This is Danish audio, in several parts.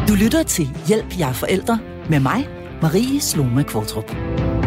Du lytter til Hjælp, jeg er forældre med mig, Marie Sloma Kvartrup.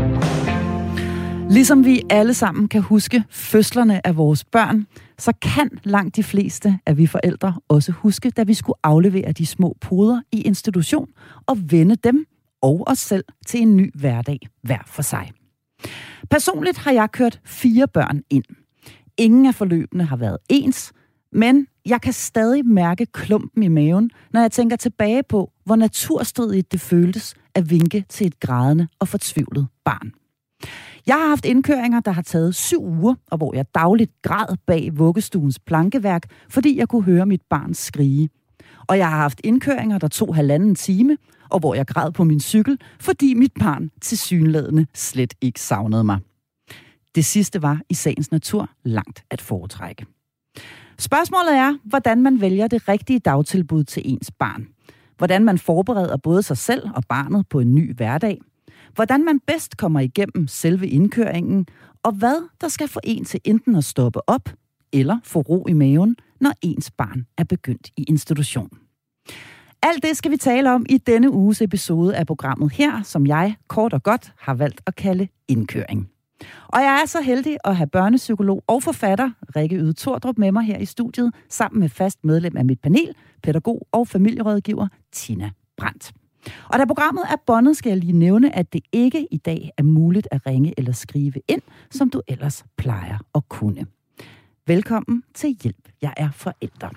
Ligesom vi alle sammen kan huske fødslerne af vores børn, så kan langt de fleste af vi forældre også huske, da vi skulle aflevere de små poder i institution og vende dem og os selv til en ny hverdag hver for sig. Personligt har jeg kørt 4 børn ind. Ingen af forløbene har været ens, men jeg kan stadig mærke klumpen i maven, når jeg tænker tilbage på, hvor naturstridigt det føltes at vinke til et grædende og fortvivlet barn. Jeg har haft indkøringer, der har taget 7 uger, og hvor jeg dagligt græd bag vuggestuens plankeværk, fordi jeg kunne høre mit barn skrige. Og jeg har haft indkøringer, der tog 1,5 time, og hvor jeg græd på min cykel, fordi mit barn tilsyneladende slet ikke savnede mig. Det sidste var i sagens natur langt at foretrække. Spørgsmålet er, hvordan man vælger det rigtige dagtilbud til ens barn. Hvordan man forbereder både sig selv og barnet på en ny hverdag. Hvordan man bedst kommer igennem selve indkøringen, og hvad der skal få en til enten at stoppe op eller få ro i maven, når ens barn er begyndt i institution. Alt det skal vi tale om i denne uges episode af programmet her, som jeg kort og godt har valgt at kalde indkøring. Og jeg er så heldig at have børnepsykolog og forfatter Rikke Yde Tordrup med mig her i studiet, sammen med fast medlem af mit panel, pædagog og familierådgiver Tina Brandt. Og da programmet er båndet, skal jeg lige nævne, at det ikke i dag er muligt at ringe eller skrive ind, som du ellers plejer at kunne. Velkommen til Hjælp, jeg er forældre.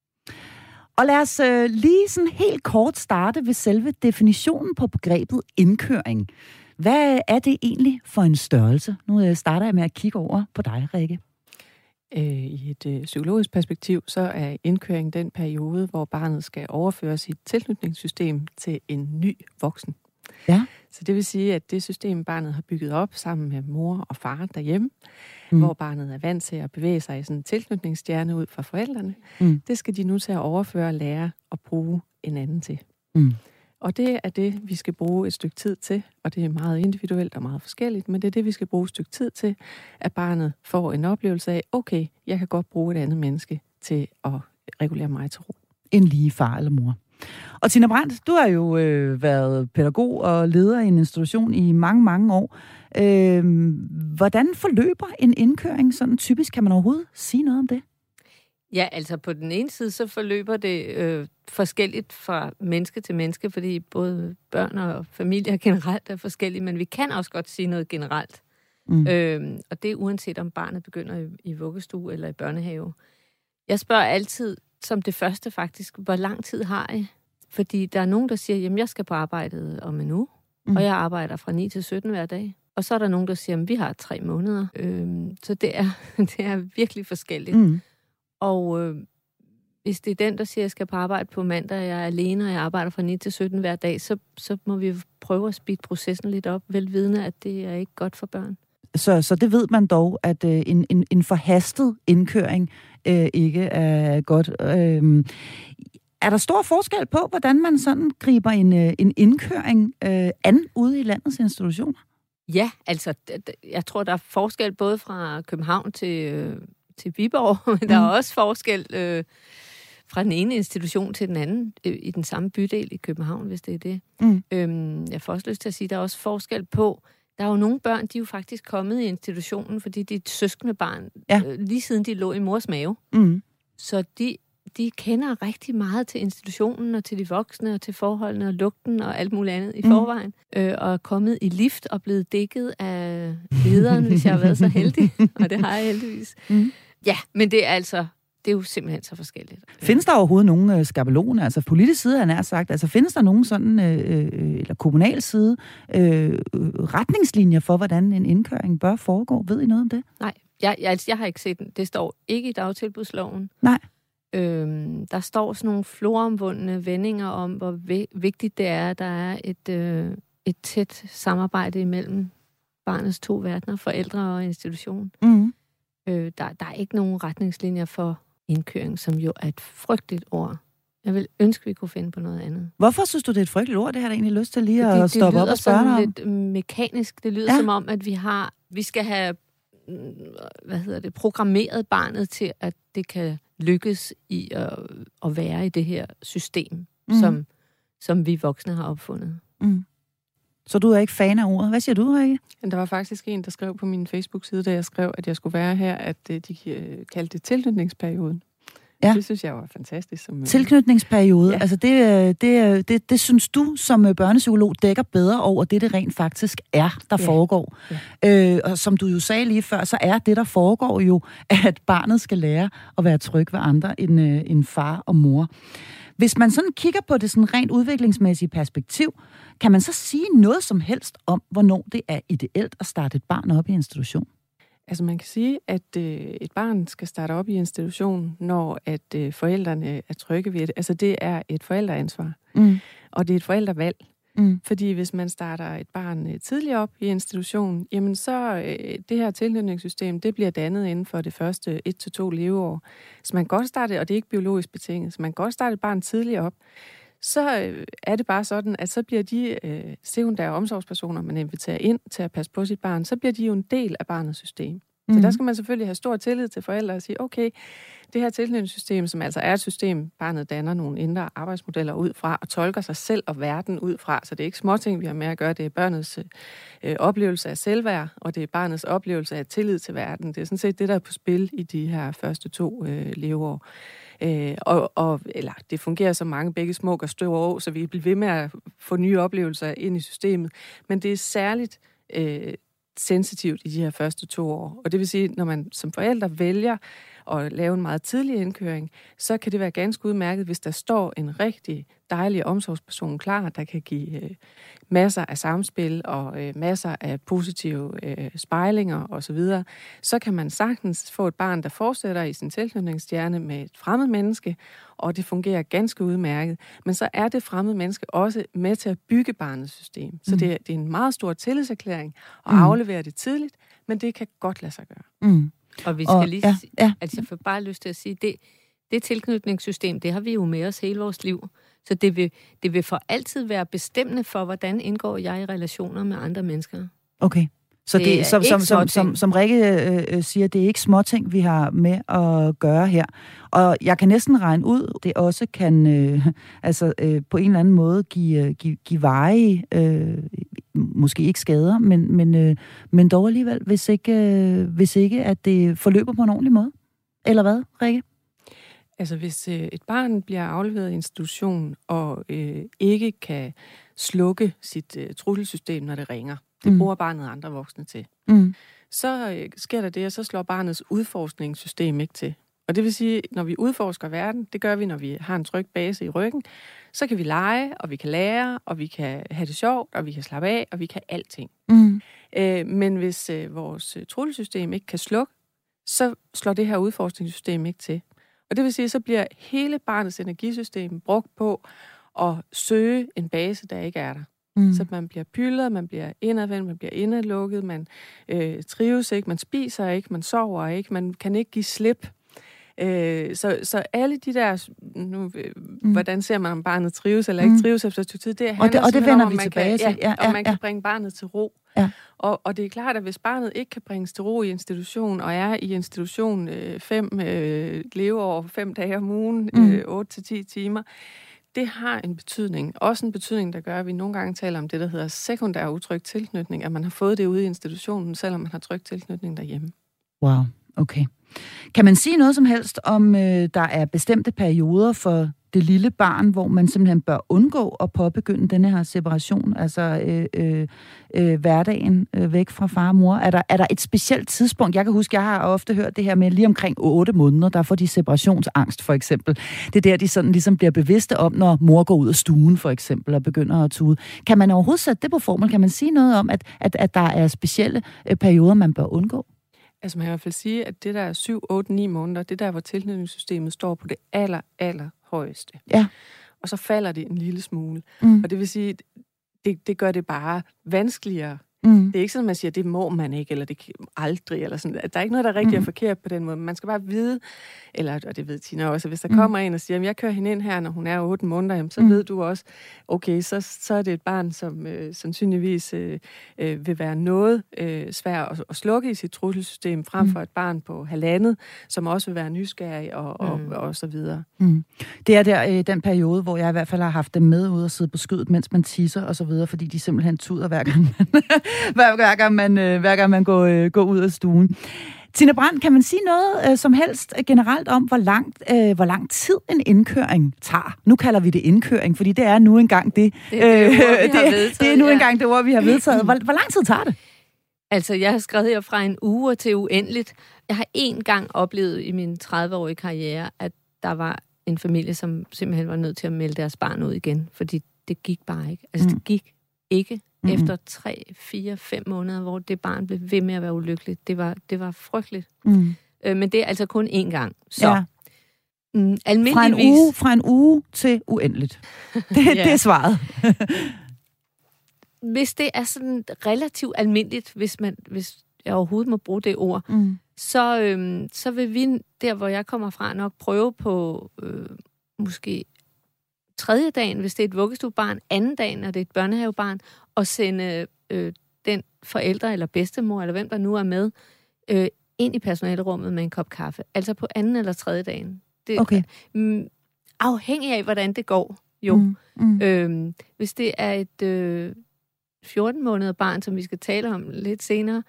Og lad os lige sådan helt kort starte ved selve definitionen på begrebet indkøring. Hvad er det egentlig for en størrelse? Nu starter jeg med at kigge over på dig, Rikke. I et psykologisk perspektiv, så er indkøring den periode, hvor barnet skal overføre sit tilknytningssystem til en ny voksen. Ja. Så det vil sige, at det system, barnet har bygget op sammen med mor og far derhjemme, hvor barnet er vant til at bevæge sig i sådan en tilknytningsstjerne ud fra forældrene, det skal de nu til at overføre og lære at bruge en anden til. Og det er det, vi skal bruge et stykke tid til, og det er meget individuelt og meget forskelligt, men det er det, vi skal bruge et stykke tid til, at barnet får en oplevelse af, okay, jeg kan godt bruge et andet menneske til at regulere mig til ro. En lige far eller mor. Og Tina Brandt, du har jo været pædagog og leder i en institution i mange, mange år. Hvordan forløber en indkøring sådan typisk? Kan man overhovedet sige noget om det? Ja, altså på den ene side, så forløber det forskelligt fra menneske til menneske, fordi både børn og familier generelt er forskellige, men vi kan også godt sige noget generelt. Og det er uanset om barnet begynder i vuggestue eller i børnehave. Jeg spørger altid, som det første faktisk, hvor lang tid har I? Fordi der er nogen, der siger, jamen jeg skal på arbejdet om en uge, og jeg arbejder fra 9 til 17 hver dag. Og så er der nogen, der siger, jamen vi har 3 måneder. Så det er virkelig forskelligt. Og hvis det er den, der siger, at jeg skal på arbejde på mandag, og jeg er alene, og jeg arbejder fra 9 til 17 hver dag, så må vi prøve at speede processen lidt op, velvidende, at det er ikke godt for børn. Så det ved man dog, at en forhastet indkøring ikke er godt. Er der stor forskel på, hvordan man sådan griber en indkøring an ude i landets institutioner? Ja, altså jeg tror, der er forskel både fra København til Viborg, men der er også forskel fra den ene institution til den anden i den samme bydel i København, hvis det er det. Jeg får også lyst til at sige, at der er også forskel på, der er jo nogle børn, de er jo faktisk kommet i institutionen, fordi de er et søskende barn, lige siden de lå i mors mave. Så de kender rigtig meget til institutionen og til de voksne og til forholdene og lugten og alt muligt andet i forvejen. Og er kommet i lift og blevet dækket af lederen, hvis jeg har været så heldig. Og det har jeg heldigvis. Ja, men det er jo simpelthen så forskelligt. Findes der overhovedet nogen skabeloner, altså politisk side, han er sagt, altså findes der nogen sådan, eller kommunal side, retningslinjer for, hvordan en indkøring bør foregå? Ved I noget om det? Nej, jeg har ikke set den. Det står ikke i dagtilbudsloven. Nej. Der står sådan nogle floromvundne vendinger om, hvor vigtigt det er, at der er et tæt samarbejde imellem barnets 2 verdener, forældre og institution. Der er ikke nogen retningslinjer for indkøring, som jo er et frygteligt ord. Jeg vil ønske, vi kunne finde på noget andet. Hvorfor synes du, det er et frygteligt ord? Det har jeg egentlig lyst til lige at stoppe op og spørge dig om. Det lyder sådan lidt mekanisk. Det lyder som om, at vi skal have programmeret barnet til, at det kan lykkes i at være i det her system, som som vi voksne har opfundet. Mm. Så du er ikke fan af ordet. Hvad siger du, Rikke? Der var faktisk en, der skrev på min Facebook-side, da jeg skrev, at jeg skulle være her, at de kaldte det tilknytningsperioden. Ja. Det synes jeg var fantastisk. Tilknytningsperiode, ja. Altså det synes du som børnepsykolog dækker bedre over det rent faktisk er, der foregår. Ja. Og som du jo sagde lige før, så er det, der foregår jo, at barnet skal lære at være tryg ved andre end far og mor. Hvis man sådan kigger på det sådan rent udviklingsmæssige perspektiv, kan man så sige noget som helst om, hvornår det er ideelt at starte et barn op i institution? Altså man kan sige, at et barn skal starte op i institution, når at forældrene er trygge ved det. Altså det er et forældreansvar, og det er et forældrevalg. Fordi hvis man starter et barn tidligt op i institutionen, jamen så det her tilknytningssystem, det bliver dannet inden for det første 1-2 leveår. Så man kan godt starte, og det er ikke biologisk betinget, så man kan godt starte et barn tidligt op. Så er det bare sådan, at så bliver de sekundære omsorgspersoner, man inviterer ind til at passe på sit barn, så bliver de jo en del af barnets system. Så der skal man selvfølgelig have stor tillid til forældre og sige, okay, det her tilknytningssystem, som altså er et system, barnet danner nogle indre arbejdsmodeller ud fra, og tolker sig selv og verden ud fra. Så det er ikke småting, vi har med at gøre. Det er børnets oplevelse af selvværd, og det er barnets oplevelse af tillid til verden. Det er sådan set det, der er på spil i de her første 2 leveår. Eller det fungerer som mange begge små og store år, så vi bliver ved med at få nye oplevelser ind i systemet. Men det er særligt sensitivt i de her første 2 år. Og det vil sige, når man som forældre vælger at lave en meget tidlig indkøring, så kan det være ganske udmærket, hvis der står en rigtig dejlig omsorgsperson klar, der kan give masser af samspil og masser af positive spejlinger osv., så kan man sagtens få et barn, der fortsætter i sin tilknytningsstjerne med et fremmed menneske, og det fungerer ganske udmærket. Men så er det fremmede menneske også med til at bygge barnets system. Så det er en meget stor tillidserklæring at aflevere det tidligt, men det kan godt lade sig gøre. Og vi skal lige sige, altså jeg får bare lyst til at sige, det tilknytningssystem, det har vi jo med os hele vores liv. Så det vil for altid være bestemmende for, hvordan indgår jeg i relationer med andre mennesker. Okay. Så det som Rikke siger, det er ikke småting, vi har med at gøre her. Og jeg kan næsten regne ud, det også kan på en eller anden måde give varige, måske ikke skader, men dog alligevel, hvis ikke at det forløber på en ordentlig måde. Eller hvad, Rikke? Altså hvis et barn bliver afleveret i institution og ikke kan slukke sit trusselsystem, når det ringer, det bruger barnet andre voksne til, så sker der det, og så slår barnets udforskningssystem ikke til. Og det vil sige, når vi udforsker verden, det gør vi, når vi har en tryg base i ryggen, så kan vi lege, og vi kan lære, og vi kan have det sjovt, og vi kan slappe af, og vi kan alting. Men hvis vores trusselsystem ikke kan slukke, så slår det her udforskningssystem ikke til. Og det vil sige, så bliver hele barnets energisystem brugt på at søge en base, der ikke er der. Så man bliver pyldet, man bliver indadvendt, man bliver indelukket, man trives ikke, man spiser ikke, man sover ikke, man kan ikke give slip. Så alle de der, hvordan ser man, om barnet trives eller ikke trives efter et stykke tid, det handler og det vender vi tilbage til. Og man kan bringe barnet til ro. Ja. Og det er klart, at hvis barnet ikke kan bringes til ro i institution, og er i institution 5 leveår, 5 dage om ugen, 8-10 timer, det har en betydning. Også en betydning, der gør, at vi nogle gange taler om det, der hedder sekundær utryg tilknytning, at man har fået det ude i institutionen, selvom man har tryg tilknytning derhjemme. Wow, okay. Kan man sige noget som helst om, der er bestemte perioder for det lille barn, hvor man simpelthen bør undgå at påbegynde denne her separation, altså hverdagen væk fra far og mor? Er der et specielt tidspunkt? Jeg kan huske, jeg har ofte hørt det her med lige omkring 8 måneder, der får de separationsangst, for eksempel. Det er der, de sådan ligesom bliver bevidste om, når mor går ud af stuen, for eksempel, og begynder at tude. Kan man overhovedet sætte det på formel? Kan man sige noget om, at der er specielle perioder, man bør undgå? Altså man kan i hvert fald sige, at det der er 7, 8, 9 måneder, det der, hvor tilknytningssystemet står på det aller højeste. Ja. Og så falder det en lille smule. Og det vil sige, det gør det bare vanskeligere Det er ikke sådan, at man siger, det må man ikke, eller det kan aldrig, eller sådan. Der er ikke noget, der rigtig er forkert på den måde. Man skal bare vide, og det ved Tina også, hvis der kommer en og siger, at jeg kører hende ind her, når hun er 8 måneder, jamen, så ved du også, okay, så er det et barn, som sandsynligvis vil være noget svært at slukke i sit trusselsystem, frem for et barn på 1,5, som også vil være nysgerrig og så videre. Det er der den periode, hvor jeg i hvert fald har haft dem med ud og sidde på skødet, mens man tisser og så videre, fordi de simpelthen tuder hver gang man går ud af stuen. Tina Brandt, kan man sige noget som helst generelt om, hvor lang tid en indkøring tager? Nu kalder vi det indkøring, fordi det er nu engang det. Det er nu engang det ord, vi har vedtaget. Hvor lang tid tager det? Altså, jeg har skrevet her fra en uge til uendeligt. Jeg har én gang oplevet i min 30-årige karriere, at der var en familie, som simpelthen var nødt til at melde deres barn ud igen, fordi det gik bare ikke. Altså, det gik ikke efter 3, 4, 5 måneder, hvor det barn blev ved med at være ulykkeligt. Det var frygteligt. Men det er altså kun én gang. Så almindeligvis... Fra en uge til uendeligt. Det er svaret. Hvis det er sådan relativt almindeligt, hvis jeg overhovedet må bruge det ord, så vil vi, der hvor jeg kommer fra, nok prøve på måske 3. dagen, hvis det er et vuggestuebarn, 2. dagen, når det er et børnehavebarn, og sende den forældre eller bedstemor, eller hvem der nu er med, ind i personalerummet med en kop kaffe. Altså på 2. eller 3. dagen. Det, okay. Afhængig af, hvordan det går, jo. Hvis det er et 14-måneder barn, som vi skal tale om lidt senere,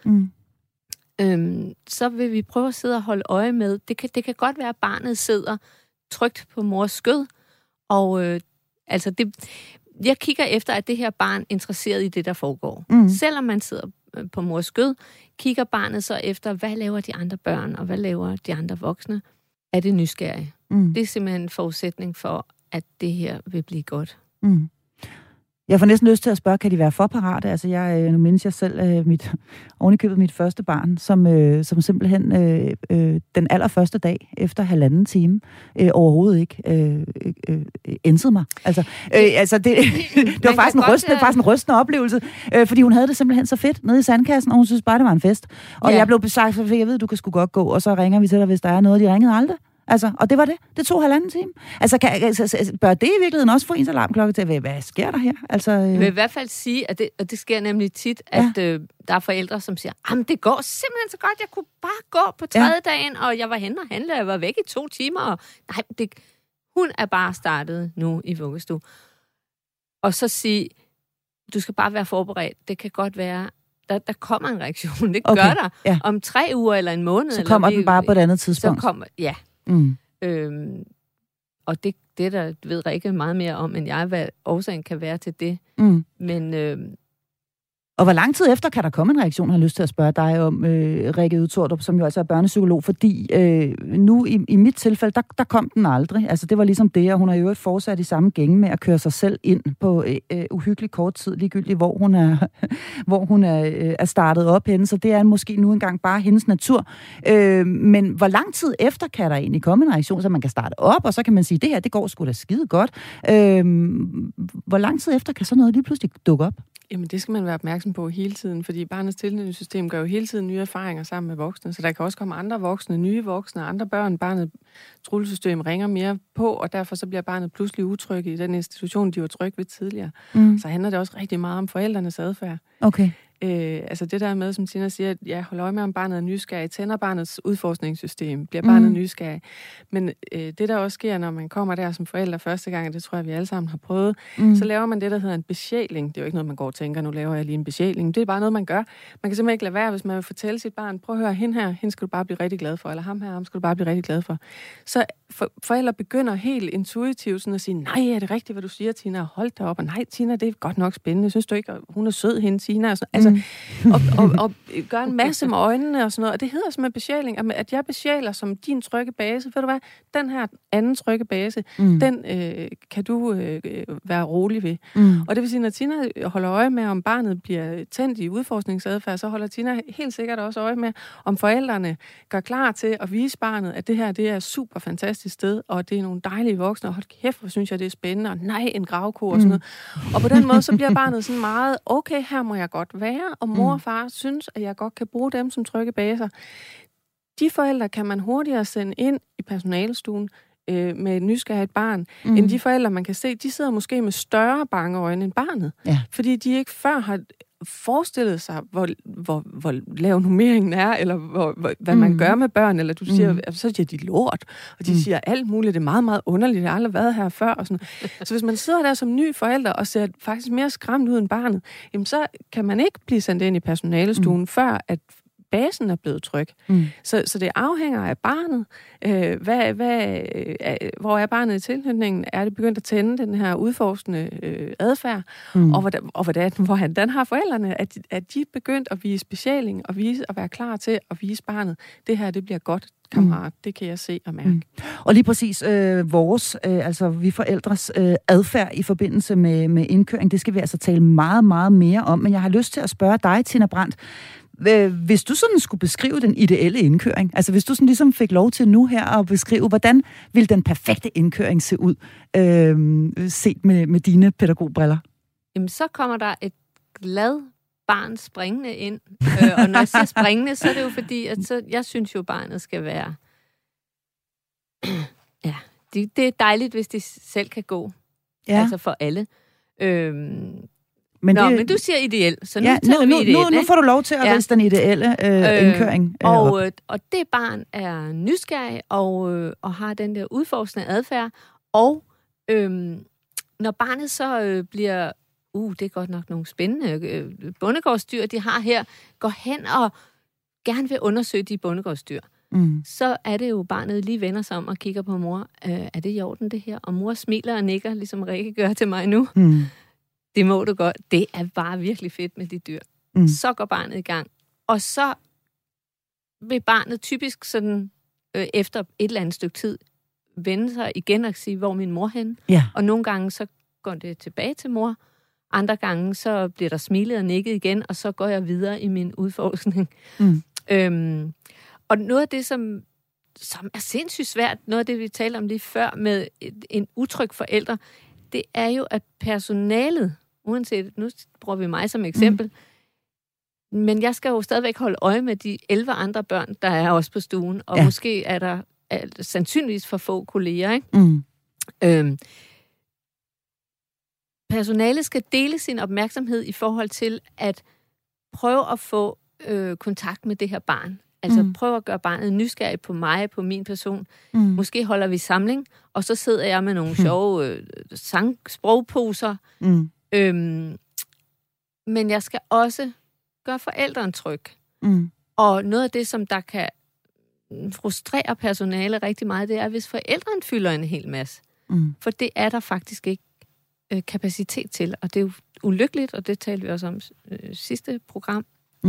så vil vi prøve at sidde og holde øje med. Det kan godt være, at barnet sidder trygt på mors skød, og jeg kigger efter, at det her barn er interesseret i det, der foregår. Selvom man sidder på mors skød, kigger barnet så efter, hvad laver de andre børn, og hvad laver de andre voksne? Er det nysgerrige? Det er simpelthen en forudsætning for, at det her vil blive godt. Jeg får næsten lyst til at spørge, kan de være for parate? Altså, nu mindes jeg selv ovenikøbet mit første barn, som simpelthen den allerførste dag efter 1,5 time overhovedet ikke ænsede mig. Det var faktisk en rystende oplevelse, fordi hun havde det simpelthen så fedt nede i sandkassen, og hun synes bare, det var en fest. Og jeg blev besagt, for jeg ved, du kan sgu godt gå, og så ringer vi til dig, hvis der er noget. De ringede aldrig. Altså, og det var det. Det tog 1,5 time. Altså, bør det i virkeligheden også få ens alarmklokke til, hvad sker der her? Altså, Jeg vil i hvert fald sige, at det sker nemlig tit, at der er forældre, som siger, jamen det går simpelthen så godt, jeg kunne bare gå på 3. dagen, og jeg var henne og handle, jeg var væk i 2 timer, og hun er bare startet nu i vuggestue. Og så sige, du skal bare være forberedt. Det kan godt være, der kommer en reaktion. Det gør der. Ja. Om 3 uger eller en måned. Så kommer den bare på et andet tidspunkt. Så kommer, og det der ved Rikke meget mere om, end jeg, hvad årsagen kan være til det. Men... Og hvor lang tid efter kan der komme en reaktion, har jeg lyst til at spørge dig om, Rikke Udtordrup, som jo altså er børnepsykolog, fordi nu i mit tilfælde, der kom den aldrig. Altså det var ligesom det, og hun har jo fortsat i samme gænge med at køre sig selv ind på uhyggelig kort tid, ligegyldigt hvor hun er startet op henne, så det er måske nu engang bare hendes natur. Men hvor lang tid efter kan der egentlig komme en reaktion, så man kan starte op, og så kan man sige, det her, det går sgu da skide godt. Hvor lang tid efter kan så noget lige pludselig dukke op? Jamen, det skal man være opmærksom på hele tiden, fordi barnets tilknytningssystem gør jo hele tiden nye erfaringer sammen med voksne, så der kan også komme andre voksne, nye voksne, andre børn. Barnet trusselsystem ringer mere på, og derfor så bliver barnet pludselig utryg i den institution, de var trygge ved tidligere. Så handler det også rigtig meget om forældrenes adfærd. Okay. Altså det der med, som Tina siger, at jeg holder øje med, om barnet er nysgerrig, tænder barnets udforskningssystem, bliver barnet nysgerrig. Men det der også sker, når man kommer der som forældre første gang, og det tror jeg, vi alle sammen har prøvet, så laver man det, der hedder en besjæling. Det er jo ikke noget, man går og tænker, nu laver jeg lige en besjæling. Det er bare noget, man gør. Man kan simpelthen ikke lade være, hvis man vil fortælle sit barn, prøv at høre, hende skal du bare blive rigtig glad for, eller ham skal du bare blive rigtig glad for. Så forældre begynder helt intuitivt sådan at sige, nej, er det rigtigt, hvad du siger, Tina? Hold da op, og nej, Tina, det er godt nok spændende. Synes du ikke, hun er sød, hende, Tina? Og gøre en masse med øjnene og sådan noget. Og det hedder simpelthen besjæling, at jeg besjæler som din trygge base. Ved du hvad? Den her anden trygge base, den kan du være rolig ved. Og det vil sige, når Tina holder øje med, om barnet bliver tændt i udforskningsadfærd, så holder Tina helt sikkert også øje med, om forældrene gør klar til at vise barnet, at det her, det er super fantastisk. fantastisk sted, og det er nogle dejlige voksne, og hold kæft, hvor synes jeg, det er spændende, og nej, en gravko og sådan noget. Og på den måde, så bliver barnet sådan meget, okay, her må jeg godt være, og mor og far synes, at jeg godt kan bruge dem som trygge baser. De forældre kan man hurtigere sende ind i personalestuen med et nysgerrigt barn, end de forældre, man kan se, de sidder måske med større bangeøjne end barnet. Ja. Fordi de ikke før har forestillet sig, hvor lav nummeringen er, eller hvad man gør med børn, eller du siger, så siger de lort, og de siger alt muligt, det er meget, meget underligt, jeg har aldrig været her før, og sådan. Så hvis man sidder der som ny forælder, og ser faktisk mere skræmt ud end barnet, jamen så kan man ikke blive sendt ind i personalestuen, før at basen er blevet tryg. Så det afhænger af barnet. Hvor er barnet i tilknytningen? Er det begyndt at tænde den her udforskende adfærd? Og hvordan har forældrene? Er de begyndt at vise specialing og være klar til at vise barnet? Det her, det bliver godt, kammerat. Det kan jeg se og mærke. Og lige præcis altså vi forældres adfærd i forbindelse med indkøring, det skal vi altså tale meget, meget mere om. Men jeg har lyst til at spørge dig, Tina Brandt, hvis du sådan skulle beskrive den ideelle indkøring, altså hvis du sådan ligesom fik lov til nu her at beskrive, hvordan vil den perfekte indkøring se ud, set med dine pædagogbriller? Jamen, så kommer der et glad barn springende ind. Og når jeg siger springende, så er det jo fordi, at jeg synes jo, barnet skal være... ja, det er dejligt, hvis de selv kan gå. Ja. Altså for alle. Men du siger ideel, så nu taler vi ideel. Nu får du lov til at vise den ideelle indkøring. Og det barn er nysgerrig og har den der udforskende adfærd. Og når barnet så bliver... det er godt nok nogle spændende bondegårdsdyr, de har her, går hen og gerne vil undersøge de bondegårdsdyr. Så er det jo, barnet lige vender sig om og kigger på mor. Er det i orden, det her? Og mor smiler og nikker, ligesom Rikke gør til mig nu. Det må du godt. Det er bare virkelig fedt med de dyr. Så går barnet i gang. Og så vil barnet typisk sådan, efter et eller andet stykke tid, vende sig igen og sige, hvor er min mor henne? Ja. Og nogle gange så går det tilbage til mor. Andre gange så bliver der smilet og nikket igen, og så går jeg videre i min udforskning. Og noget af det, som er sindssygt svært, noget af det, vi talte om lige før med en utryg forælder, det er jo, at personalet, uanset, nu bruger vi mig som eksempel, men jeg skal jo stadigvæk holde øje med de 11 andre børn, der er også på stuen, og måske er der sandsynligvis for få kolleger, ikke? Personalet skal dele sin opmærksomhed i forhold til at prøve at få kontakt med det her barn. Altså prøve at gøre barnet nysgerrig på mig, på min person. Måske holder vi samling, og så sidder jeg med nogle sjove sprogposer. Men jeg skal også gøre forældrene tryg. Og noget af det, som der kan frustrere personale rigtig meget, det er, hvis forældrene fylder en hel masse. For det er der faktisk ikke kapacitet til, og det er jo ulykkeligt, og det talte vi også om sidste program,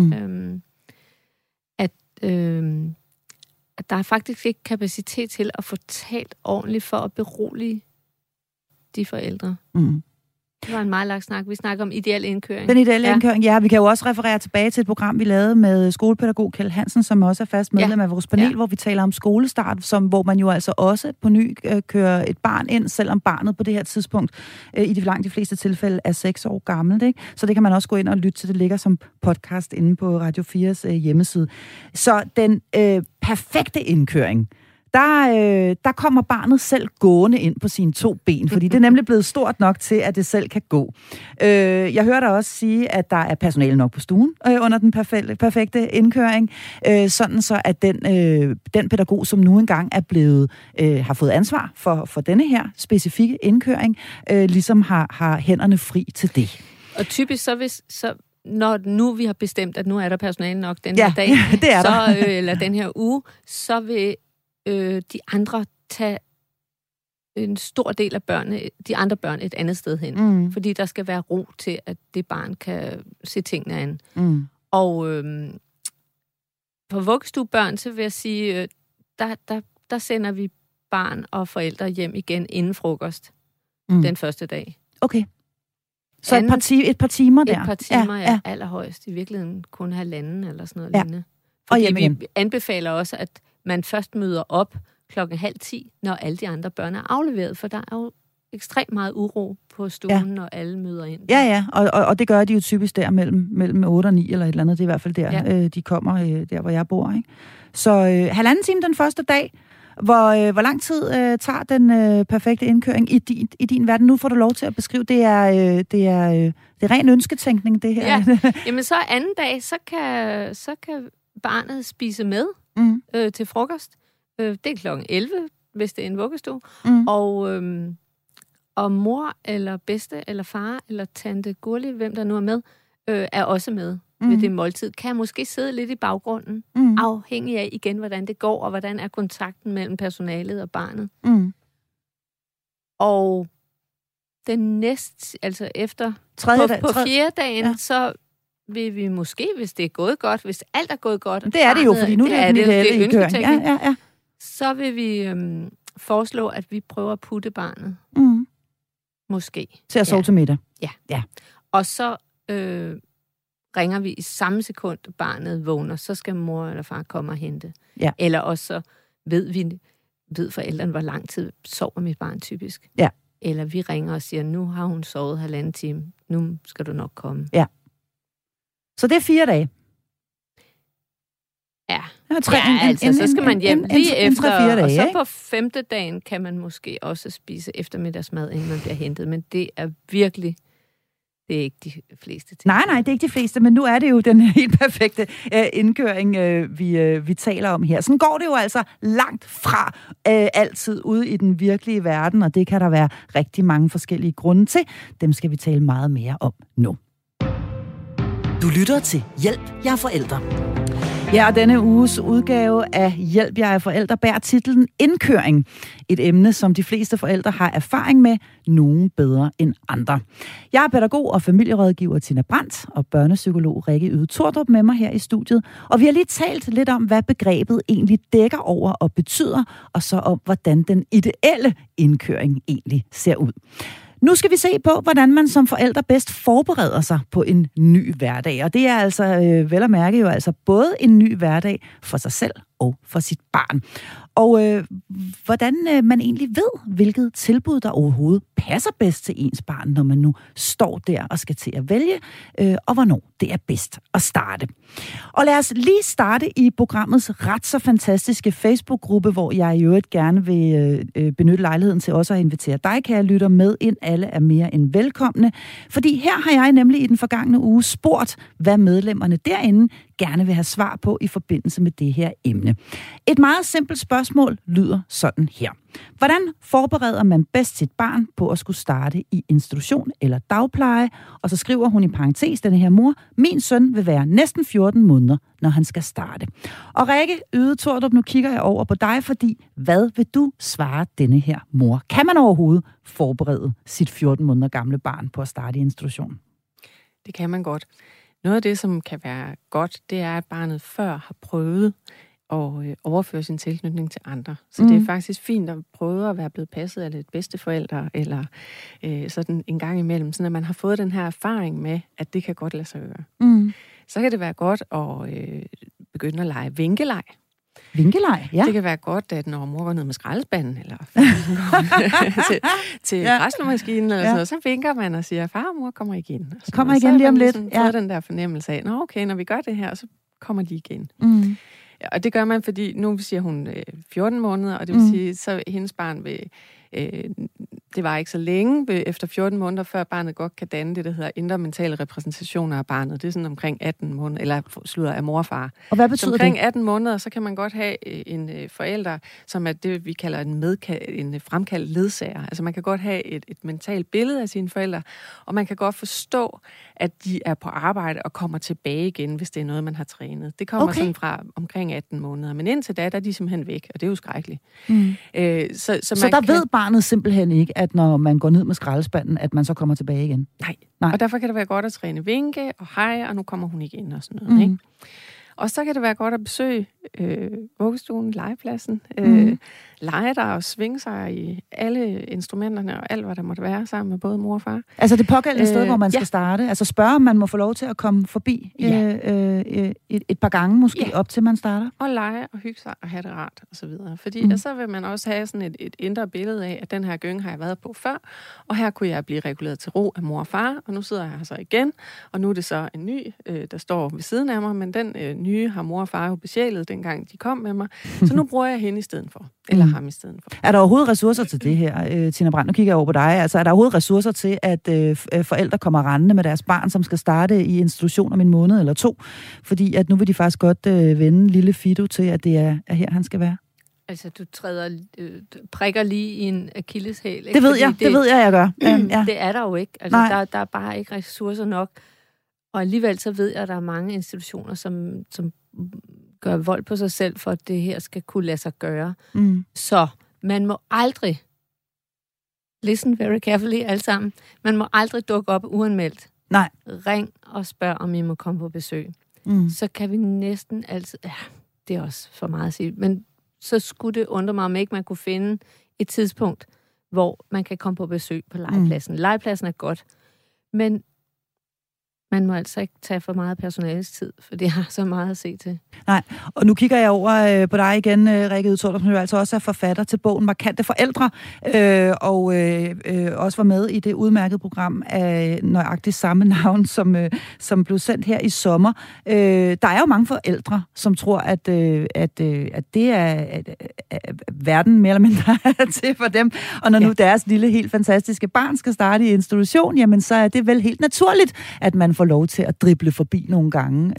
at der er faktisk ikke kapacitet til at få talt ordentligt for at berolige de forældre. Det var en meget lang snak. Vi snakker om ideel indkøring. Den ideelle indkøring, ja. Vi kan jo også referere tilbage til et program, vi lavede med skolepædagog Kjeld Hansen, som også er fast medlem af vores panel, hvor vi taler om skolestart, hvor man jo altså også på ny kører et barn ind, selvom barnet på det her tidspunkt i de fleste tilfælde er 6 år gammelt. Ikke? Så det kan man også gå ind og lytte til. Det ligger som podcast inde på Radio 4's hjemmeside. Så den perfekte indkøring, der kommer barnet selv gående ind på sine 2 ben, fordi det er nemlig blevet stort nok til, at det selv kan gå. Jeg hører dig også sige, at der er personale nok på stuen under den perfekte indkøring, sådan så at den pædagog, som nu engang er blevet, har fået ansvar for denne her specifikke indkøring, ligesom har hænderne fri til det. Og typisk så når nu vi har bestemt, at nu er der personale nok den her dag, det er der. Eller den her uge, så vil de andre tage en stor del af de andre børn et andet sted hen. Fordi der skal være ro til, at det barn kan se tingene an. Og på vuggestuebørn, så vil jeg sige, der sender vi barn og forældre hjem igen inden frokost den første dag. Okay. Så et par timer der? Et par timer, allerhøjst. I virkeligheden kun 1,5 eller sådan noget lignende. Fordi vi anbefaler også, at man først møder op 9:30, når alle de andre børn er afleveret, for der er jo ekstremt meget uro på stuen, når alle møder ind. Ja, og det gør de jo typisk der mellem 8 og 9 eller et eller andet. Det er i hvert fald der, de kommer, der hvor jeg bor, ikke? Så 1,5 time den første dag. Hvor lang tid tager den perfekte indkøring i din verden? Nu får du lov til at beskrive. Det er ren ønsketænkning, det her. Ja. Jamen så anden dag, så kan barnet spise med til frokost. Det er klokken 11, hvis det er en vuggestue. Og mor eller bedste eller far eller tante Gurli, hvem der nu er med, er også med ved det måltid. Kan måske sidde lidt i baggrunden, afhængig af igen, hvordan det går, og hvordan er kontakten mellem personalet og barnet. Og den næste, altså efter på fjerde dagen, så vil vi måske, hvis det er gået godt, hvis alt er gået godt. Det er det jo, fordi nu er det ønsketænkning. Ja. Så vil vi foreslå, at vi prøver at putte barnet. Måske. Til at sove til middag. Ja. Og så ringer vi i samme sekund, barnet vågner, så skal mor eller far komme og hente. Ja. Eller også så ved forældrene, hvor lang tid sover mit barn typisk. Ja. Eller vi ringer og siger, nu har hun sovet 1,5 time, nu skal du nok komme. Ja. Så det er 4 dage? Ja. Så skal man hjem lige efter, 3-4 dage, og så på 5. dagen kan man måske også spise eftermiddagsmad, inden man bliver hentet. Men det er virkelig... Det er ikke de fleste ting. Nej, det er ikke de fleste, men nu er det jo den helt perfekte indkøring, vi taler om her. Sådan går det jo altså langt fra altid ude i den virkelige verden, og det kan der være rigtig mange forskellige grunde til. Dem skal vi tale meget mere om nu. Du lytter til Hjælp, jeg er forælder. Ja, og denne uges udgave af Hjælp, jeg er forælder bærer titlen Indkøring. Et emne, som de fleste forældre har erfaring med, nogen bedre end andre. Jeg er pædagog og familierådgiver Tina Brandt og børnepsykolog Rikke Yde Tordrup med mig her i studiet. Og vi har lige talt lidt om, hvad begrebet egentlig dækker over og betyder, og så om, hvordan den ideelle indkøring egentlig ser ud. Nu skal vi se på, hvordan man som forældre bedst forbereder sig på en ny hverdag. Og det er altså vel at mærke jo altså både en ny hverdag for sig selv og for sit barn. Og hvordan man egentlig ved, hvilket tilbud, der overhovedet passer bedst til ens barn, når man nu står der og skal til at vælge, og hvornår det er bedst at starte. Og lad os lige starte i programmets ret så fantastiske Facebook-gruppe, hvor jeg i øvrigt gerne vil benytte lejligheden til også at invitere dig, kære lytter, med ind. Alle er mere end velkomne. Fordi her har jeg nemlig i den forgangne uge spurgt, hvad medlemmerne derinde gerne vil have svar på i forbindelse med det her emne. Et meget simpelt spørgsmål lyder sådan her. Hvordan forbereder man bedst sit barn på at skulle starte i institution eller dagpleje? Og så skriver hun i parentes, denne her mor, min søn vil være næsten 14 måneder, når han skal starte. Og Rikke Yde Tordrup, nu kigger jeg over på dig, fordi hvad vil du svare denne her mor? Kan man overhovedet forberede sit 14 måneder gamle barn på at starte i institution? Det kan man godt. Noget af det, som kan være godt, det er, at barnet før har prøvet at overføre sin tilknytning til andre. Så det er faktisk fint at prøve at være blevet passet af lidt bedsteforældre, eller sådan en gang imellem, sådan at man har fået den her erfaring med, at det kan godt lade sig gøre. Så kan det være godt at begynde at lege vinkeleg. Vinkeleg, ja. Det kan være godt, at når mor går ned med skraldespanden, eller til græsslåmaskinen, eller sådan noget, så vinker man og siger, far og mor kommer igen. Kommer igen lige om lidt. Så har man den der fornemmelse af, okay, når vi gør det her, så kommer de igen. Og det gør man, fordi nu siger hun 14 måneder, og det vil sige, så hendes barn vil... det var ikke så længe, efter 14 måneder, før barnet godt kan danne det, der hedder indre mentale repræsentationer af barnet. Det er sådan omkring 18 måneder, eller slutter af mor og far. Og hvad betyder det? Omkring 18 måneder, så kan man godt have en forælder, som er det, vi kalder en fremkaldt ledsager. Altså man kan godt have et mentalt billede af sine forældre, og man kan godt forstå, at de er på arbejde og kommer tilbage igen, hvis det er noget, man har trænet. Det kommer sådan fra omkring 18 måneder. Men indtil da, der er de simpelthen væk, og det er jo skrækkeligt. Så der ved barnet simpelthen ikke, at når man går ned med skraldespanden, at man så kommer tilbage igen? Nej. Og derfor kan det være godt at træne vinke og hej, og nu kommer hun igen og sådan noget. Ikke? Og så kan det være godt at besøge vuggestuen, legepladsen, lege der og svinge sig i alle instrumenterne og alt, hvad der måtte være, sammen med både mor og far. Altså det pågældende sted, hvor man skal starte? Altså spørge, om man må få lov til at komme forbi et par gange måske, op til man starter? Og lege og hygge sig og have det rart og så videre. Fordi så vil man også have sådan et indre billede af, at den her gynge har jeg været på før, og her kunne jeg blive reguleret til ro af mor og far, og nu sidder jeg her så igen, og nu er det så en ny, der står ved siden af mig, men den nye har mor og far jo besjælet, dengang de kom med mig, så nu bruger jeg hende i stedet for, eller ham i stedet for. Er der overhovedet ressourcer til det her, Tina Brandt? Nu kigger jeg over på dig. Altså, er der overhovedet ressourcer til, at forældre kommer rendende med deres barn, som skal starte i institution om en måned eller 2? Fordi at nu vil de faktisk godt vende lille Fido til, at det er her, han skal være. Altså, du prikker lige i en akilleshæl, ikke? Det ved jeg gør. Det er der jo ikke. Altså, der er bare ikke ressourcer nok. Og alligevel så ved jeg, at der er mange institutioner, som gør vold på sig selv, for at det her skal kunne lade sig gøre. Så man må aldrig, listen very carefully alle sammen, man må aldrig dukke op uanmeldt. Nej. Ring og spørg, om I må komme på besøg. Så kan vi næsten altid, det er også for meget at sige, men så skulle det undre mig, om ikke man kunne finde et tidspunkt, hvor man kan komme på besøg på legepladsen. Legepladsen er godt, men man må altså ikke tage for meget personalestid, for det har så meget at se til. Nej, og nu kigger jeg over på dig igen, Rikke Udtorp, som jo altså også er forfatter til bogen Markante Forældre, og også var med i det udmærkede program af nøjagtigt samme navn, som blev sendt her i sommer. Der er jo mange forældre, som tror, at det er verden mere eller mindre til for dem, og når nu deres lille, helt fantastiske barn skal starte i institution, jamen så er det vel helt naturligt, at man får lov til at drible forbi nogle gange.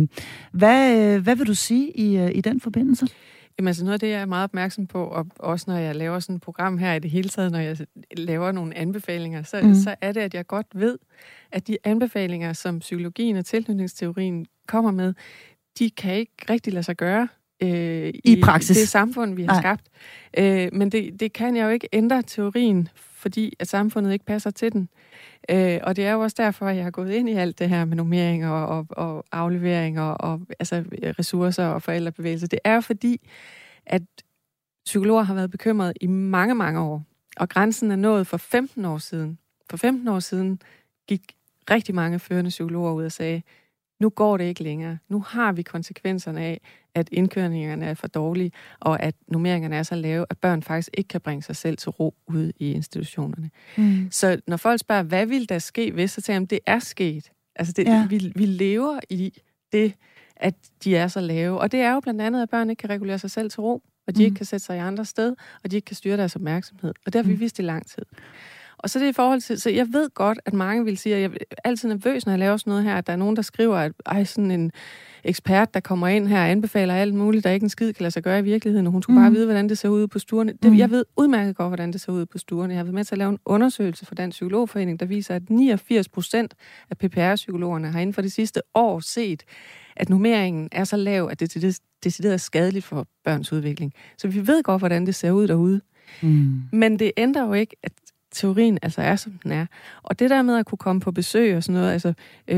Hvad vil du sige i den forbindelse? Jamen altså noget af det, jeg er meget opmærksom på, og også når jeg laver sådan et program her i det hele taget, når jeg laver nogle anbefalinger, så er det, at jeg godt ved, at de anbefalinger, som psykologien og tilknytningsteorien kommer med, de kan ikke rigtig lade sig gøre i praksis. Det samfund, vi har skabt. Men det kan jeg jo ikke ændre teorien, fordi at samfundet ikke passer til den. Og det er jo også derfor, at jeg har gået ind i alt det her med normeringer og afleveringer og altså ressourcer og forældrebevægelser. Det er jo fordi, at psykologer har været bekymrede i mange, mange år. Og grænsen er nået for 15 år siden. For 15 år siden gik rigtig mange førende psykologer ud og sagde, nu går det ikke længere. Nu har vi konsekvenserne af, at indkørningerne er for dårlige, og at normeringerne er så lave, at børn faktisk ikke kan bringe sig selv til ro ude i institutionerne. Så når folk spørger, hvad vil der ske hvis, så tænker jeg, det er sket. Altså vi lever i det, at de er så lave. Og det er jo blandt andet, at børn ikke kan regulere sig selv til ro, og de ikke kan sætte sig i andre sted, og de ikke kan styre deres opmærksomhed. Og det har vi vidst i lang tid. Og så det i forhold til, så jeg ved godt, at mange vil sige, at jeg er altid nervøs, når jeg laver sådan noget her, at der er nogen, der skriver, at sådan en ekspert, der kommer ind her og anbefaler alt muligt, der ikke en skid kan lade sig gøre i virkeligheden, og hun skulle bare vide, hvordan det ser ud på stuerne. Jeg ved udmærket godt, hvordan det ser ud på stuerne. Jeg har været med til at lave en undersøgelse for Dansk Psykologforening, der viser, at 89% af PPR-psykologerne har inden for det sidste år set, at normeringen er så lav, at det er decideret skadeligt for børns udvikling. Så vi ved godt, hvordan det ser ud derude. Men det ændrer jo ikke, at teorien altså er, som den er. Og det der med at kunne komme på besøg og sådan noget, altså,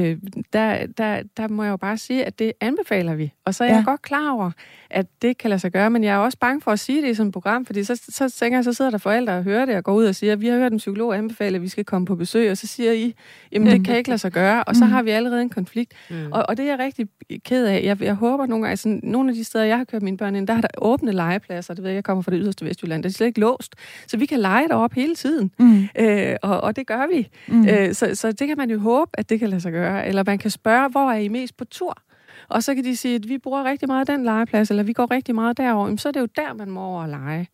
der må jeg jo bare sige, at det anbefaler vi. Og så er jeg godt klar over, at det kan lade sig gøre, men jeg er også bange for at sige det i sådan et program, fordi så tænker jeg, så sidder der forældre og hører det og går ud og siger, at vi har hørt en psykolog anbefale, at vi skal komme på besøg, og så siger I, jamen det kan ikke lade sig gøre, og så har vi allerede en konflikt. Og det er jeg rigtig ked af. Jeg håber nogle gange, altså, nogle af de steder, jeg har kørt mine børn ind, der har der åbne legepladser, det ved jeg kommer fra det yderste Vestjylland, det er slet ikke låst, så vi kan lege deroppe hele tiden. Og det gør vi. Så det kan man jo håbe, at det kan lade sig gøre. Eller man kan spørge, hvor er I mest på tur? Og så kan de sige, at vi bruger rigtig meget den legeplads, eller vi går rigtig meget derover. Jamen, så er det jo der, man må over at lege.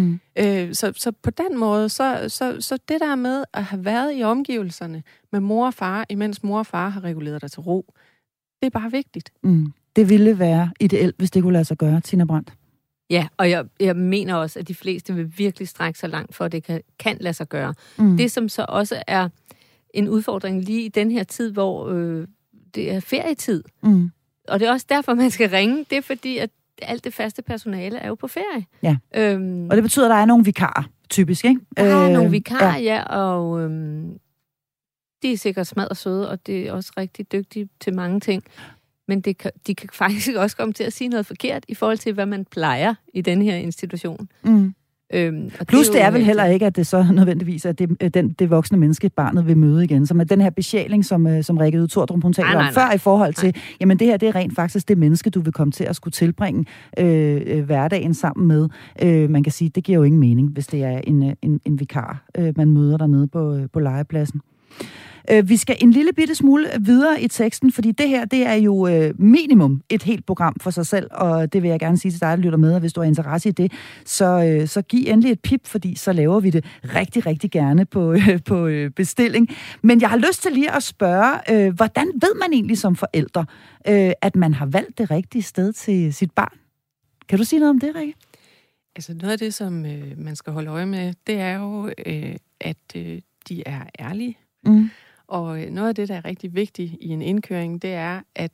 Så på den måde, så det der med at have været i omgivelserne med mor og far, imens mor og far har reguleret dig til ro, det er bare vigtigt. Det ville være ideelt, hvis det kunne lade sig gøre, Tina Brandt. Ja, og jeg mener også, at de fleste vil virkelig strække sig langt for, at det kan lade sig gøre. Det, som så også er en udfordring lige i den her tid, hvor det er ferietid. Og det er også derfor, man skal ringe. Det er fordi, at alt det faste personale er jo på ferie. Ja. Og det betyder, at der er nogle vikarer, typisk, ikke? Der er nogle vikarer, og de er sikkert smadret søde, og det er også rigtig dygtige til mange ting. Men de kan faktisk også komme til at sige noget forkert i forhold til, hvad man plejer i den her institution. Plus det er vel heller ikke, at det så nødvendigvis er det voksne menneske, barnet vil møde igen. Som er den her besjæling, som Rikke Udtordrum, hun talte om før, i forhold til, jamen det her, det er rent faktisk det menneske, du vil komme til at skulle tilbringe hverdagen sammen med. Man kan sige, det giver jo ingen mening, hvis det er en vikar, man møder dernede på legepladsen. Vi skal en lille bitte smule videre i teksten, fordi det her, det er jo minimum et helt program for sig selv, og det vil jeg gerne sige til dig, der lytter med, og hvis du har interesse i det, så giv endelig et pip, fordi så laver vi det rigtig, rigtig gerne på bestilling. Men jeg har lyst til lige at spørge, hvordan ved man egentlig som forældre, at man har valgt det rigtige sted til sit barn? Kan du sige noget om det, Rikke? Altså noget af det, som man skal holde øje med, det er jo, at de er ærlige. Mm. Og noget af det, der er rigtig vigtigt i en indkøring, det er, at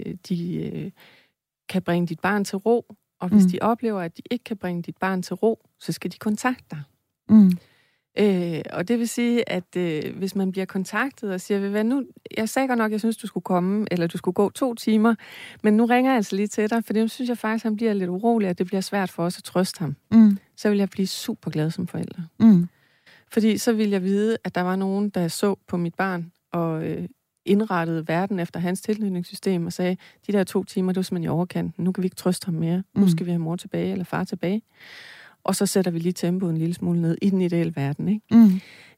de kan bringe dit barn til ro. Og hvis de oplever, at de ikke kan bringe dit barn til ro, så skal de kontakte dig. Mm. Og det vil sige, at hvis man bliver kontaktet og siger, hvad nu, jeg sagde godt nok, jeg synes, du skulle komme, eller du skulle gå 2 timer, men nu ringer jeg altså lige til dig, for det synes jeg faktisk, han bliver lidt urolig, at det bliver svært for os at trøste ham. Mm. Så vil jeg blive super glad som forælder. Mm. Fordi så ville jeg vide, at der var nogen, der så på mit barn og indrettede verden efter hans tilknytningssystem og sagde, de der 2 timer, det var simpelthen i overkanten. Nu kan vi ikke trøste ham mere. Nu skal vi have mor tilbage eller far tilbage. Og så sætter vi lige tempoet en lille smule ned i den ideelle verden. Ikke? Mm.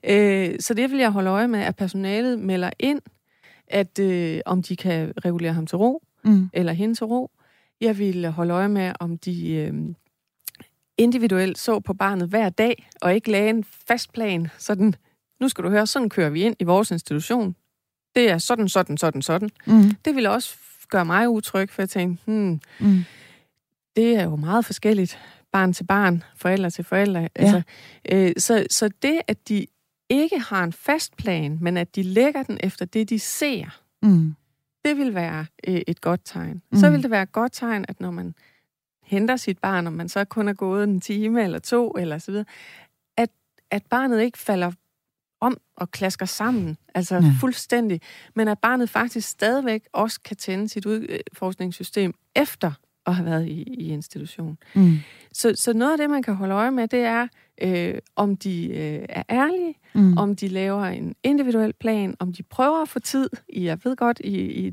Så det vil jeg holde øje med, at personalet melder ind, at om de kan regulere ham til ro, eller hende til ro. Jeg vil holde øje med, om de individuelt så på barnet hver dag, og ikke lagde en fast plan, sådan, nu skal du høre, sådan kører vi ind i vores institution. Det er sådan. Det vil også gøre mig utryg, for jeg tænker, det er jo meget forskelligt, barn til barn, forældre til forældre. Ja. Altså, så det, at de ikke har en fast plan, men at de lægger den efter det, de ser, det vil være et godt tegn. Så vil det være et godt tegn, at når man henter sit barn, om man så kun er gået 1 time eller 2, eller så videre, at barnet ikke falder om og klasker sammen, altså fuldstændig, men at barnet faktisk stadigvæk også kan tænde sit udforskningssystem efter at have været i institution. Mm. Så noget af det, man kan holde øje med, det er, om de er ærlige, om de laver en individuel plan, om de prøver at få tid, jeg ved godt, i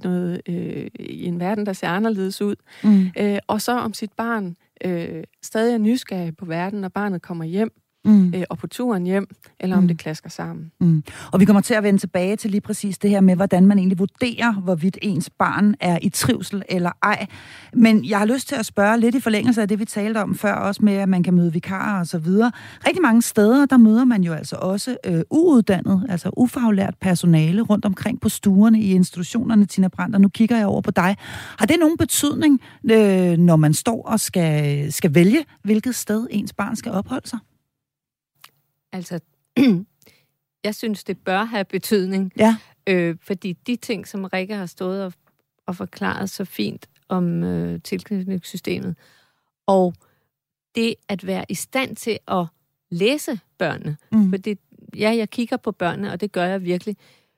en verden, der ser anderledes ud, og så om sit barn stadig er nysgerrig på verden, når barnet kommer hjem, og på turen hjem, eller om det klasker sammen. Og vi kommer til at vende tilbage til lige præcis det her med, hvordan man egentlig vurderer, hvorvidt ens barn er i trivsel eller ej. Men jeg har lyst til at spørge lidt i forlængelse af det, vi talte om før, også med, at man kan møde vikarer og så videre. Rigtig mange steder, der møder man jo altså også uuddannet, altså ufaglært personale rundt omkring på stuerne i institutionerne, Tina Brandt, og nu kigger jeg over på dig. Har det nogen betydning, når man står og skal vælge, hvilket sted ens barn skal opholde sig? Altså, jeg synes, det bør have betydning. Ja. Fordi de ting, som Rikke har stået og forklaret så fint om tilknytningssystemet, og det at være i stand til at læse børnene, fordi jeg kigger på børnene, og det gør jeg virkelig,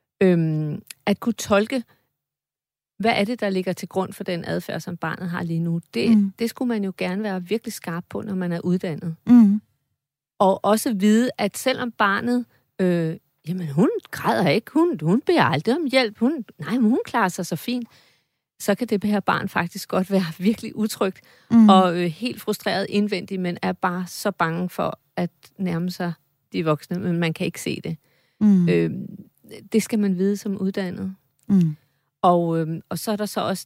at kunne tolke, hvad er det, der ligger til grund for den adfærd, som barnet har lige nu. Det skulle man jo gerne være virkelig skarp på, når man er uddannet. Og også vide, at selvom barnet, jamen hun græder ikke, hun beder aldrig om hjælp, hun klarer sig så fint, så kan det her barn faktisk godt være virkelig utrygt og helt frustreret indvendigt, men er bare så bange for at nærme sig de voksne, men man kan ikke se det. Det skal man vide som uddannet. Og så er der så også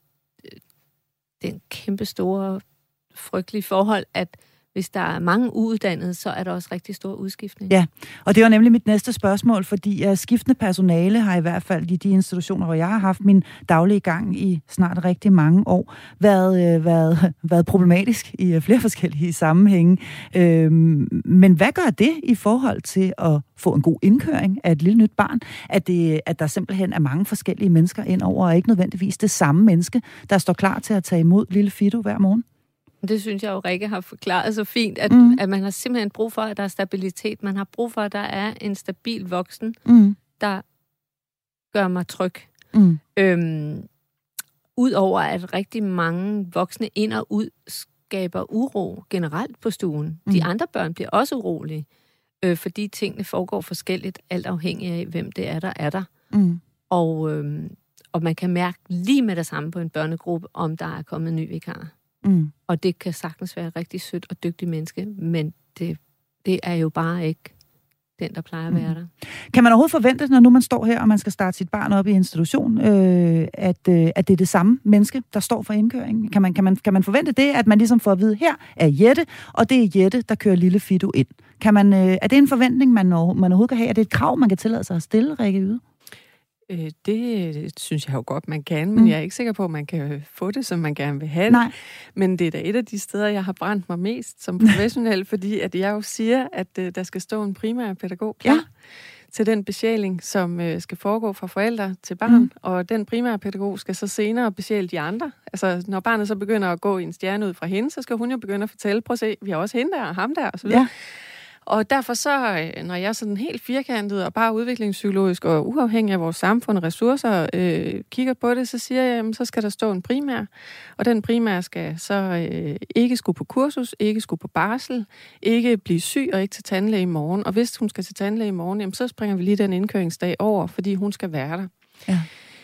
den kæmpe store, frygtelige forhold, at hvis der er mange uuddannede, så er der også rigtig stor udskiftning. Ja, og det var nemlig mit næste spørgsmål, fordi skiftende personale har i hvert fald i de institutioner, hvor jeg har haft min daglige gang i snart rigtig mange år, været problematisk i flere forskellige sammenhænge. Men hvad gør det i forhold til at få en god indkøring af et lille nyt barn? At der simpelthen er mange forskellige mennesker ind over, og ikke nødvendigvis det samme menneske, der står klar til at tage imod lille Fido hver morgen? Det synes jeg jo, Rikke har forklaret så fint, at man har simpelthen brug for, at der er stabilitet. Man har brug for, at der er en stabil voksen, der gør mig tryg. Udover at rigtig mange voksne ind og ud skaber uro generelt på stuen. De andre børn bliver også urolige, fordi tingene foregår forskelligt, alt afhængig af, hvem det er, der er der. Og man kan mærke lige med det samme på en børnegruppe, om der er kommet en ny vikar. Og det kan sagtens være et rigtig sødt og dygtigt menneske, men det er jo bare ikke den, der plejer at være der. Kan man overhovedet forvente, når nu man står her, og man skal starte sit barn op i institution, at det er det samme menneske, der står for indkøringen? Kan man forvente det, at man ligesom får at vide, her er Jette, og det er Jette, der kører lille Fido ind? Er det en forventning, man overhovedet kan have? Er det et krav, man kan tillade sig at stille, Rikke Yde? Det synes jeg jo godt, man kan, men jeg er ikke sikker på, at man kan få det, som man gerne vil have det. Nej. Men det er da et af de steder, jeg har brændt mig mest som professionel, fordi at jeg jo siger, at der skal stå en primær pædagog klar til den besjæling, som skal foregå fra forældre til barn, og den primære pædagog skal så senere besjæle de andre. Altså, når barnet så begynder at gå i en stjerne ud fra hende, så skal hun jo begynde at fortælle, prøv at se, vi har også hende der og ham der, og så videre. Ja. Og derfor så, når jeg er sådan helt firkantet og bare udviklingspsykologisk og uafhængig af vores samfund og ressourcer kigger på det, så siger jeg, jamen, så skal der stå en primær. Og den primær skal så ikke skulle på kursus, ikke skulle på barsel, ikke blive syg og ikke til tandlæge i morgen. Og hvis hun skal til tandlæge i morgen, jamen, så springer vi lige den indkøringsdag over, fordi hun skal være der. Ja.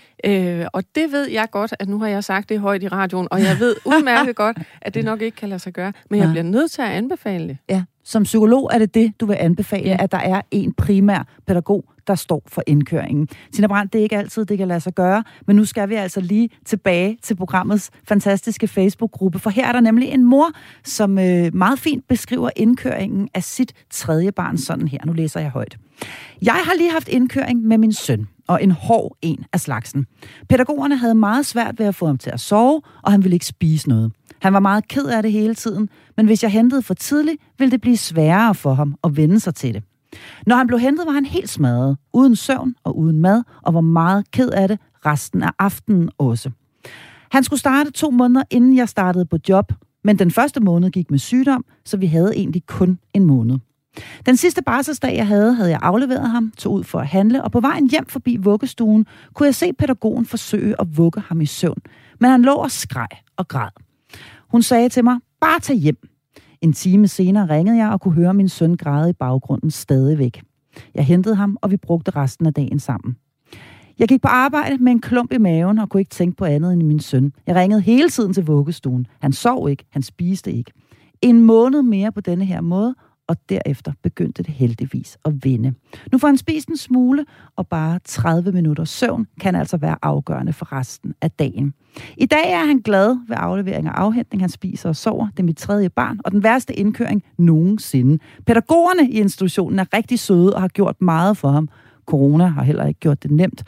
Og det ved jeg godt, at nu har jeg sagt det højt i radioen, og jeg ved udmærket godt, at det nok ikke kan lade sig gøre, men jeg bliver nødt til at anbefale det. Ja, som psykolog er det, du vil anbefale, at der er en primær pædagog, der står for indkøringen. Tina Brandt, det er ikke altid, det kan lade sig gøre, men nu skal vi altså lige tilbage til programmets fantastiske Facebook-gruppe, for her er der nemlig en mor, som meget fint beskriver indkøringen af sit tredje barn sådan her. Nu læser jeg højt. Jeg har lige haft indkøring med min søn, og en hård en af slagsen. Pædagogerne havde meget svært ved at få ham til at sove, og han ville ikke spise noget. Han var meget ked af det hele tiden, men hvis jeg hentede for tidligt, ville det blive sværere for ham at vende sig til det. Når han blev hentet, var han helt smadret, uden søvn og uden mad, og var meget ked af det resten af aftenen også. Han skulle starte 2 måneder, inden jeg startede på job, men den første måned gik med sygdom, så vi havde egentlig kun en måned. Den sidste barselsdag, jeg havde jeg afleveret ham, tog ud for at handle, og på vejen hjem forbi vuggestuen, kunne jeg se pædagogen forsøge at vugge ham i søvn. Men han lå og skreg og græd. Hun sagde til mig, bare tag hjem. En time senere ringede jeg og kunne høre min søn græde i baggrunden stadigvæk. Jeg hentede ham, og vi brugte resten af dagen sammen. Jeg gik på arbejde med en klump i maven og kunne ikke tænke på andet end min søn. Jeg ringede hele tiden til vuggestuen. Han sov ikke, han spiste ikke. En måned mere på denne her måde, og derefter begyndte det heldigvis at vende. Nu får han spist en smule, og bare 30 minutter søvn kan altså være afgørende for resten af dagen. I dag er han glad ved aflevering og afhentning. Han spiser og sover. Det er mit tredje barn, og den værste indkøring nogensinde. Pædagogerne i institutionen er rigtig søde og har gjort meget for ham. Corona har heller ikke gjort det nemt,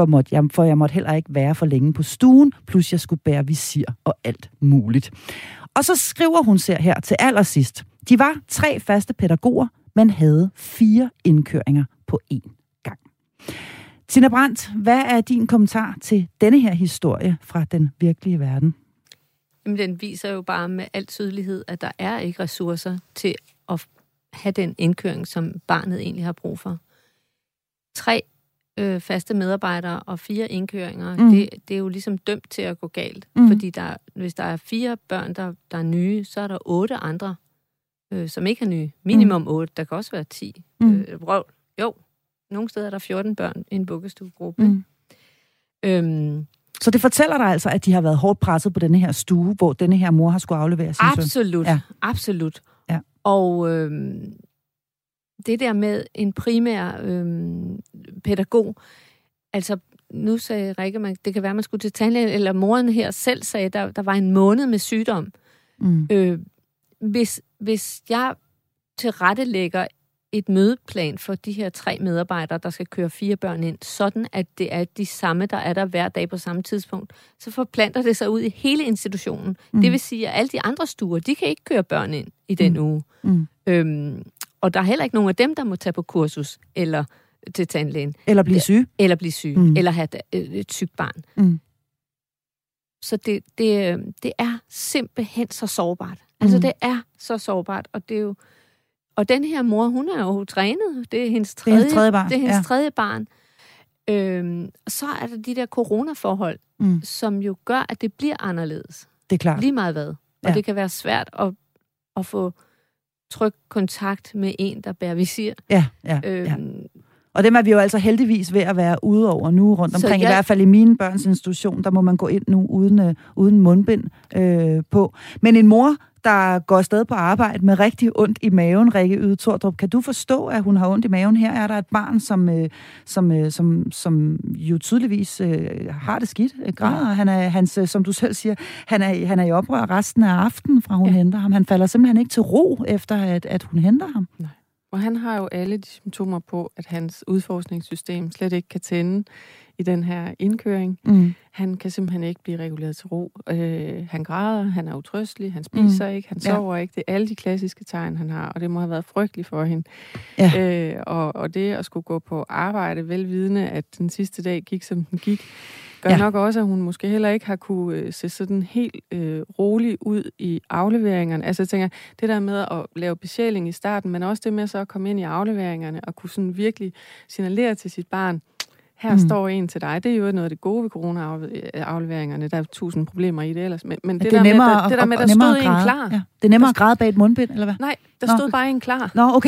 for jeg måtte heller ikke være for længe på stuen, plus jeg skulle bære visir og alt muligt. Og så skriver hun her til allersidst. De var 3 faste pædagoger, men havde 4 indkøringer på én gang. Tina Brandt, hvad er din kommentar til denne her historie fra den virkelige verden? Jamen, den viser jo bare med al tydelighed, at der er ikke ressourcer til at have den indkøring, som barnet egentlig har brug for. 3 faste medarbejdere og 4 indkøringer, det er jo ligesom dømt til at gå galt. Fordi hvis der er 4 børn, der er nye, så er der 8 andre, som ikke er nye. Minimum 8, der kan også være 10. Jo, nogle steder er der 14 børn i en vuggestuegruppe. Så det fortæller dig altså, at de har været hårdt presset på denne her stue, hvor denne her mor har skulle aflevere sin søn? Absolut. Ja. Og det der med en primær pædagog, altså nu sagde Rikke, det kan være, man skulle til tandlægen, eller moren her selv sagde, der var en måned med sygdom. Hvis jeg tilrettelægger et mødeplan for de her 3 medarbejdere, der skal køre 4 børn ind, sådan at det er de samme, der er der hver dag på samme tidspunkt, så forplanter det sig ud i hele institutionen. Det vil sige, at alle de andre stuer, de kan ikke køre børn ind i den uge. Og der er heller ikke nogen af dem, der må tage på kursus, eller til tandlægen. Eller blive syge. Eller have et sygt barn. Så det er simpelthen så sårbart. Altså, det er så sårbart, og det er jo... Og den her mor, hun er jo trænet. Det er hendes tredje barn. Det er hendes tredje barn. Så er der de der coronaforhold, som jo gør, at det bliver anderledes. Det er klart. Lige meget hvad. Og det kan være svært at få tryg kontakt med en, der bærer visir. Ja. Og dem er vi jo altså heldigvis ved at være ude over nu rundt omkring. I hvert fald i mine børns institution, der må man gå ind nu uden mundbind på. Men en mor, der går afsted på arbejde med rigtig ondt i maven, Rikke Yde Tordrup, kan du forstå, at hun har ondt i maven? Her er der et barn, som jo tydeligvis har det skidt, græder. Hans, som du selv siger, han er i oprør resten af aftenen, fra hun henter ham. Han falder simpelthen ikke til ro, efter at hun henter ham. Nej. Og han har jo alle de symptomer på, at hans udforskningssystem slet ikke kan tænde i den her indkøring. Han kan simpelthen ikke blive reguleret til ro. Han græder, han er utrøstelig, han spiser ikke, han sover ikke. Det er alle de klassiske tegn, han har, og det må have været frygteligt for hende. Ja. Og det at skulle gå på arbejde, velvidende, at den sidste dag gik, som den gik, gør nok også, at hun måske heller ikke har kunne se sådan helt rolig ud i afleveringerne. Altså jeg tænker, det der med at lave besjæling i starten, men også det med så at komme ind i afleveringerne og kunne sådan virkelig signalere til sit barn, her står en til dig. Det er jo noget af det gode ved corona-afleveringerne. Der er 1000 problemer i det ellers. Men det der med, der stod en klar. Ja. Det er nemmere at græde bag et mundbind, eller hvad? Nej, der stod bare en klar. Nå, okay.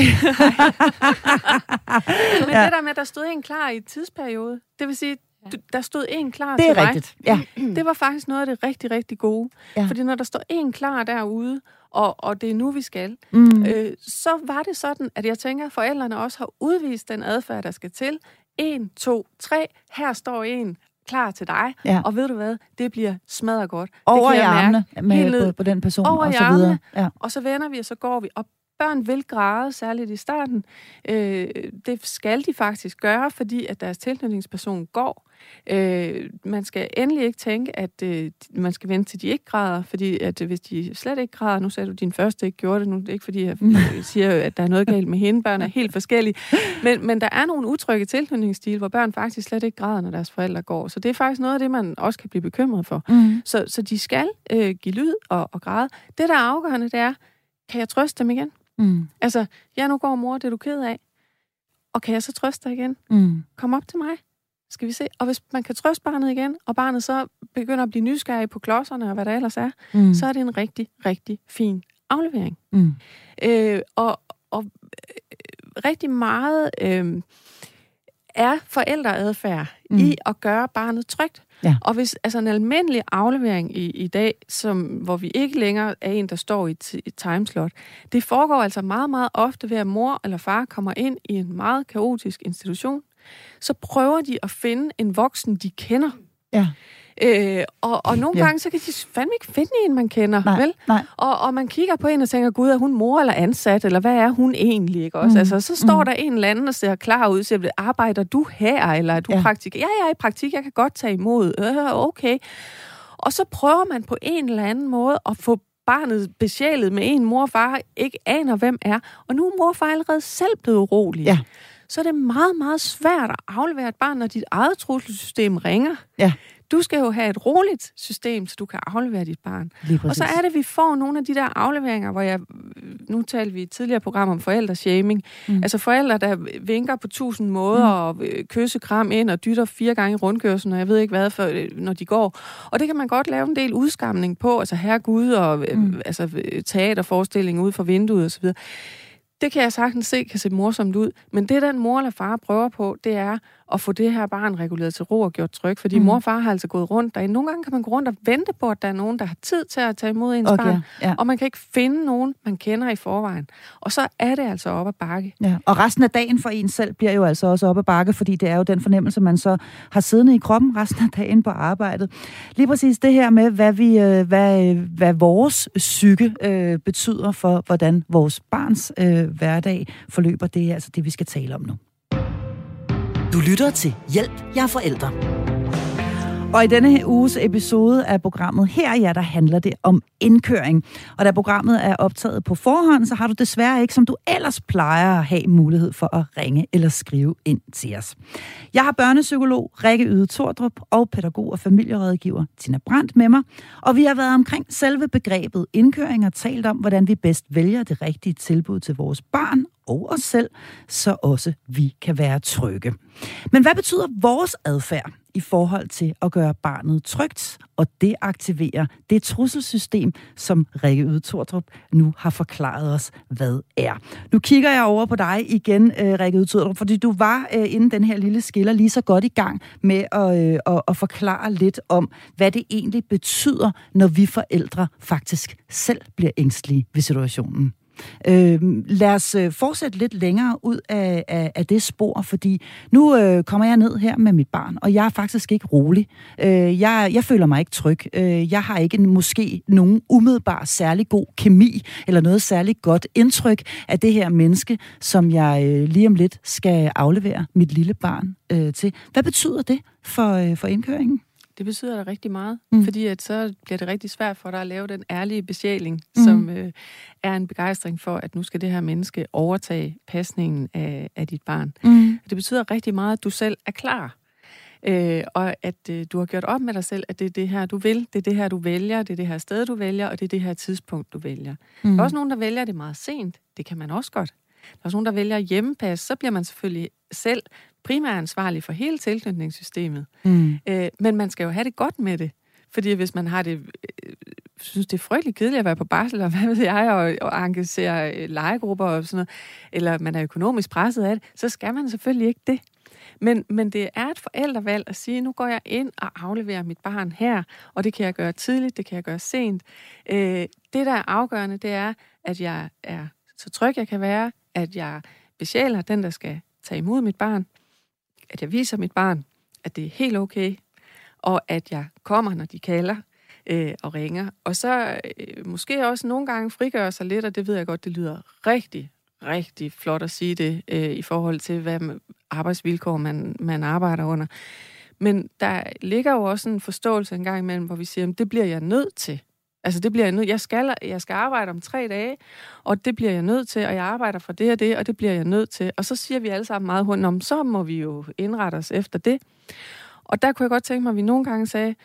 Men det der med, der stod en klar i et tidsperiode, det vil sige, der stod en klar til dig. Det er rigtigt, ja. Det var faktisk noget af det rigtig, rigtig gode. Ja. Fordi når der står en klar derude, og det er nu, vi skal, så var det sådan, at jeg tænker, at forældrene også har udvist den adfærd, der skal til. 1, 2, 3, her står en klar til dig, og ved du hvad, det bliver smadret godt. Over det i armene på den person, over og så videre. Ja. Og så vender vi, og så går vi. Og børn vil græde, særligt i starten. Det skal de faktisk gøre, fordi at deres tilknytningsperson går. Man skal endelig ikke tænke, at man skal vente til de ikke græder, fordi at hvis de slet ikke græder, nu sagde du, din første ikke gjorde det, nu det er ikke fordi, jeg siger, at der er noget galt med hende, børn er helt forskellige, men der er nogle utrygge tilknytningsstil, hvor børn faktisk slet ikke græder, når deres forældre går, så det er faktisk noget af det, man også kan blive bekymret for. Så de skal give lyd og græde. Det, der er afgørende, det er, kan jeg trøste dem igen? Altså, nu går mor, det er du ked af, og kan jeg så trøste dig igen? Kom op til mig. Skal vi se. Og hvis man kan trøste barnet igen, og barnet så begynder at blive nysgerrig på klodserne og hvad der ellers er, så er det en rigtig, rigtig fin aflevering. Og rigtig meget er forældreadfærd i at gøre barnet trygt. Ja. Og hvis en almindelig aflevering i dag, hvor vi ikke længere er en, der står i et timeslot, det foregår altså meget, meget ofte ved, at mor eller far kommer ind i en meget kaotisk institution, så prøver de at finde en voksen, de kender. Ja. Og nogle gange, så kan de fandme ikke finde en, man kender, vel? Nej. Og man kigger på en og tænker, gud, er hun mor eller ansat, eller hvad er hun egentlig, ikke også? Altså, så står der en eller anden og ser klar ud, siger, arbejder du her, eller er du praktik? Ja, jeg er i praktik, jeg kan godt tage imod. Okay. Og så prøver man på en eller anden måde at få barnet besjælet med en mor og far, ikke aner, hvem er. Og nu er mor og far allerede selv blevet urolige. Ja. Så er det meget, meget svært at aflevere et barn, når dit eget trusselsystem ringer. Ja. Du skal jo have et roligt system, så du kan aflevere dit barn. Og så er det, vi får nogle af de der afleveringer, hvor nu talte vi i et tidligere program om forældreshaming. Altså forældre, der vinker på 1000 måder og kysser kram ind og dytter 4 gange i rundkørslen, og jeg ved ikke hvad, når de går. Og det kan man godt lave en del udskamning på, altså herregud og teaterforestilling ud fra vinduet osv. Det kan jeg sagtens se, kan se morsomt ud. Men det, den mor eller far prøver på, det er at få det her barn reguleret til ro og gjort tryg. Fordi mor og far har altså gået rundt derinde. Nogle gange kan man gå rundt og vente på, at der er nogen, der har tid til at tage imod ens barn. Ja. Og man kan ikke finde nogen, man kender i forvejen. Og så er det altså op ad bakke. Ja. Og resten af dagen for en selv bliver jo altså også op ad bakke, fordi det er jo den fornemmelse, man så har siddende i kroppen resten af dagen på arbejdet. Lige præcis det her med, hvad vores psyke betyder for, hvordan vores barns hverdag forløber, det er altså det, vi skal tale om nu. Du lytter til Hjælp, jeg er forældre. Og i denne uges episode af programmet her, der handler det om indkøring. Og da programmet er optaget på forhånd, så har du desværre ikke, som du ellers plejer at have mulighed for at ringe eller skrive ind til os. Jeg har børnepsykolog Rikke Yde Tordrup og pædagog og familierådgiver Tina Brandt med mig. Og vi har været omkring selve begrebet indkøring og talt om, hvordan vi bedst vælger det rigtige tilbud til vores barn og os selv, så også vi kan være trygge. Men hvad betyder vores adfærd i forhold til at gøre barnet trygt og deaktivere det trusselsystem, som Rikke Yde Tordrup nu har forklaret os, hvad er. Nu kigger jeg over på dig igen, Rikke Yde Tordrup, fordi du var inden den her lille skiller lige så godt i gang med at forklare lidt om, hvad det egentlig betyder, når vi forældre faktisk selv bliver ængstelige ved situationen. Lad os fortsætte lidt længere ud af det spor, fordi nu kommer jeg ned her med mit barn, og jeg er faktisk ikke rolig. Jeg føler mig ikke tryg. Jeg har ikke måske nogen umiddelbar særlig god kemi, eller noget særligt godt indtryk af det her menneske, som jeg lige om lidt skal aflevere mit lille barn til. Hvad betyder det for indkøringen? Det betyder da rigtig meget, fordi at så bliver det rigtig svært for dig at lave den ærlige besjæling, som er en begejstring for, at nu skal det her menneske overtage pasningen af dit barn. Det betyder rigtig meget, at du selv er klar, og at du har gjort op med dig selv, at det er det her, du vil, det er det her, du vælger, det er det her sted, du vælger, og det er det her tidspunkt, du vælger. Der er også nogen, der vælger det meget sent. Det kan man også godt. Der er også nogen, der vælger hjemmepas. Så bliver man selvfølgelig selv primært ansvarlig for hele tilknytningssystemet. Men man skal jo have det godt med det. Fordi hvis man har det, synes det er frygteligt kedeligt at være på barsel, og hvad ved jeg, og engagere legegrupper og sådan noget, eller man er økonomisk presset af det, så skal man selvfølgelig ikke det. Men det er et forældrevalg at sige, nu går jeg ind og afleverer mit barn her, og det kan jeg gøre tidligt, det kan jeg gøre sent. Det, der er afgørende, det er, at jeg er så tryg jeg kan være, at jeg besjæler den, der skal tage imod mit barn, at jeg viser mit barn, at det er helt okay, og at jeg kommer, når de kalder og ringer. Og så måske også nogle gange frigøre sig lidt, og det ved jeg godt, det lyder rigtig, rigtig flot at sige det i forhold til, hvad arbejdsvilkår man arbejder under. Men der ligger jo også en forståelse en gang imellem, hvor vi siger, at det bliver jeg nødt til. Altså det bliver jeg nødt. Jeg skal arbejde om 3 dage, og det bliver jeg nødt til, og jeg arbejder for det og det, og det bliver jeg nødt til. Og så siger vi alle sammen meget hurtigt, så må vi jo indrette os efter det. Og der kunne jeg godt tænke mig, at vi nogle gange sagde,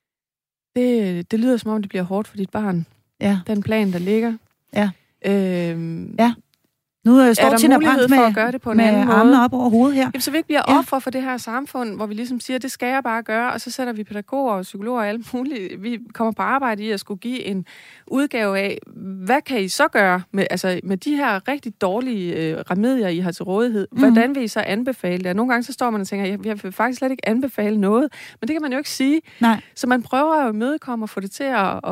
det lyder som om, det bliver hårdt for dit barn. Ja. Den plan, der ligger. Ja. Ja. Nu står Tina Brandt for at gøre det på en anden måde. Armene op over hovedet her. Jamen, så vi ikke bliver ofre for det her samfund, hvor vi ligesom siger, det skal jeg bare gøre, og så sætter vi pædagoger og psykologer og alt muligt. Vi kommer på arbejde i at skulle give en udgave af, hvad kan I så gøre med de her rigtig dårlige remedier, I har til rådighed? Hvordan vil I så anbefale det? Og nogle gange så står man og tænker, jeg vil faktisk slet ikke anbefale noget, men det kan man jo ikke sige. Nej. Så man prøver jo at imødekomme og få det til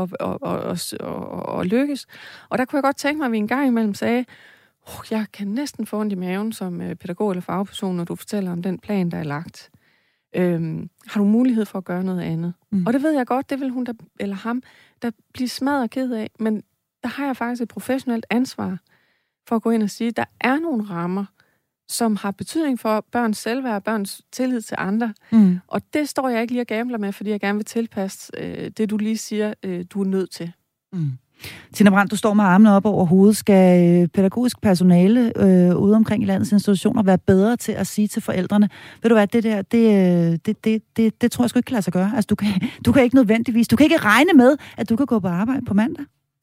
at lykkes. Og der kunne jeg godt tænke mig, at vi en gang imellem sagde, jeg kan næsten få ondt i maven som pædagog eller fagperson, når du fortæller om den plan, der er lagt. Har du mulighed for at gøre noget andet? Og det ved jeg godt, det vil hun eller ham, der bliver smadret ked af. Men der har jeg faktisk et professionelt ansvar for at gå ind og sige, at der er nogle rammer, som har betydning for børns selvværd og børns tillid til andre. Og det står jeg ikke lige og gambler med, fordi jeg gerne vil tilpasse det, du lige siger, du er nødt til. Tina Brandt, du står med armene op over hovedet. Skal pædagogisk personale ude omkring i landets institutioner være bedre til at sige til forældrene, ved du hvad, det tror jeg sgu ikke kan lade sig gøre. Altså, du kan ikke nødvendigvis, du kan ikke regne med, at du kan gå på arbejde på mandag.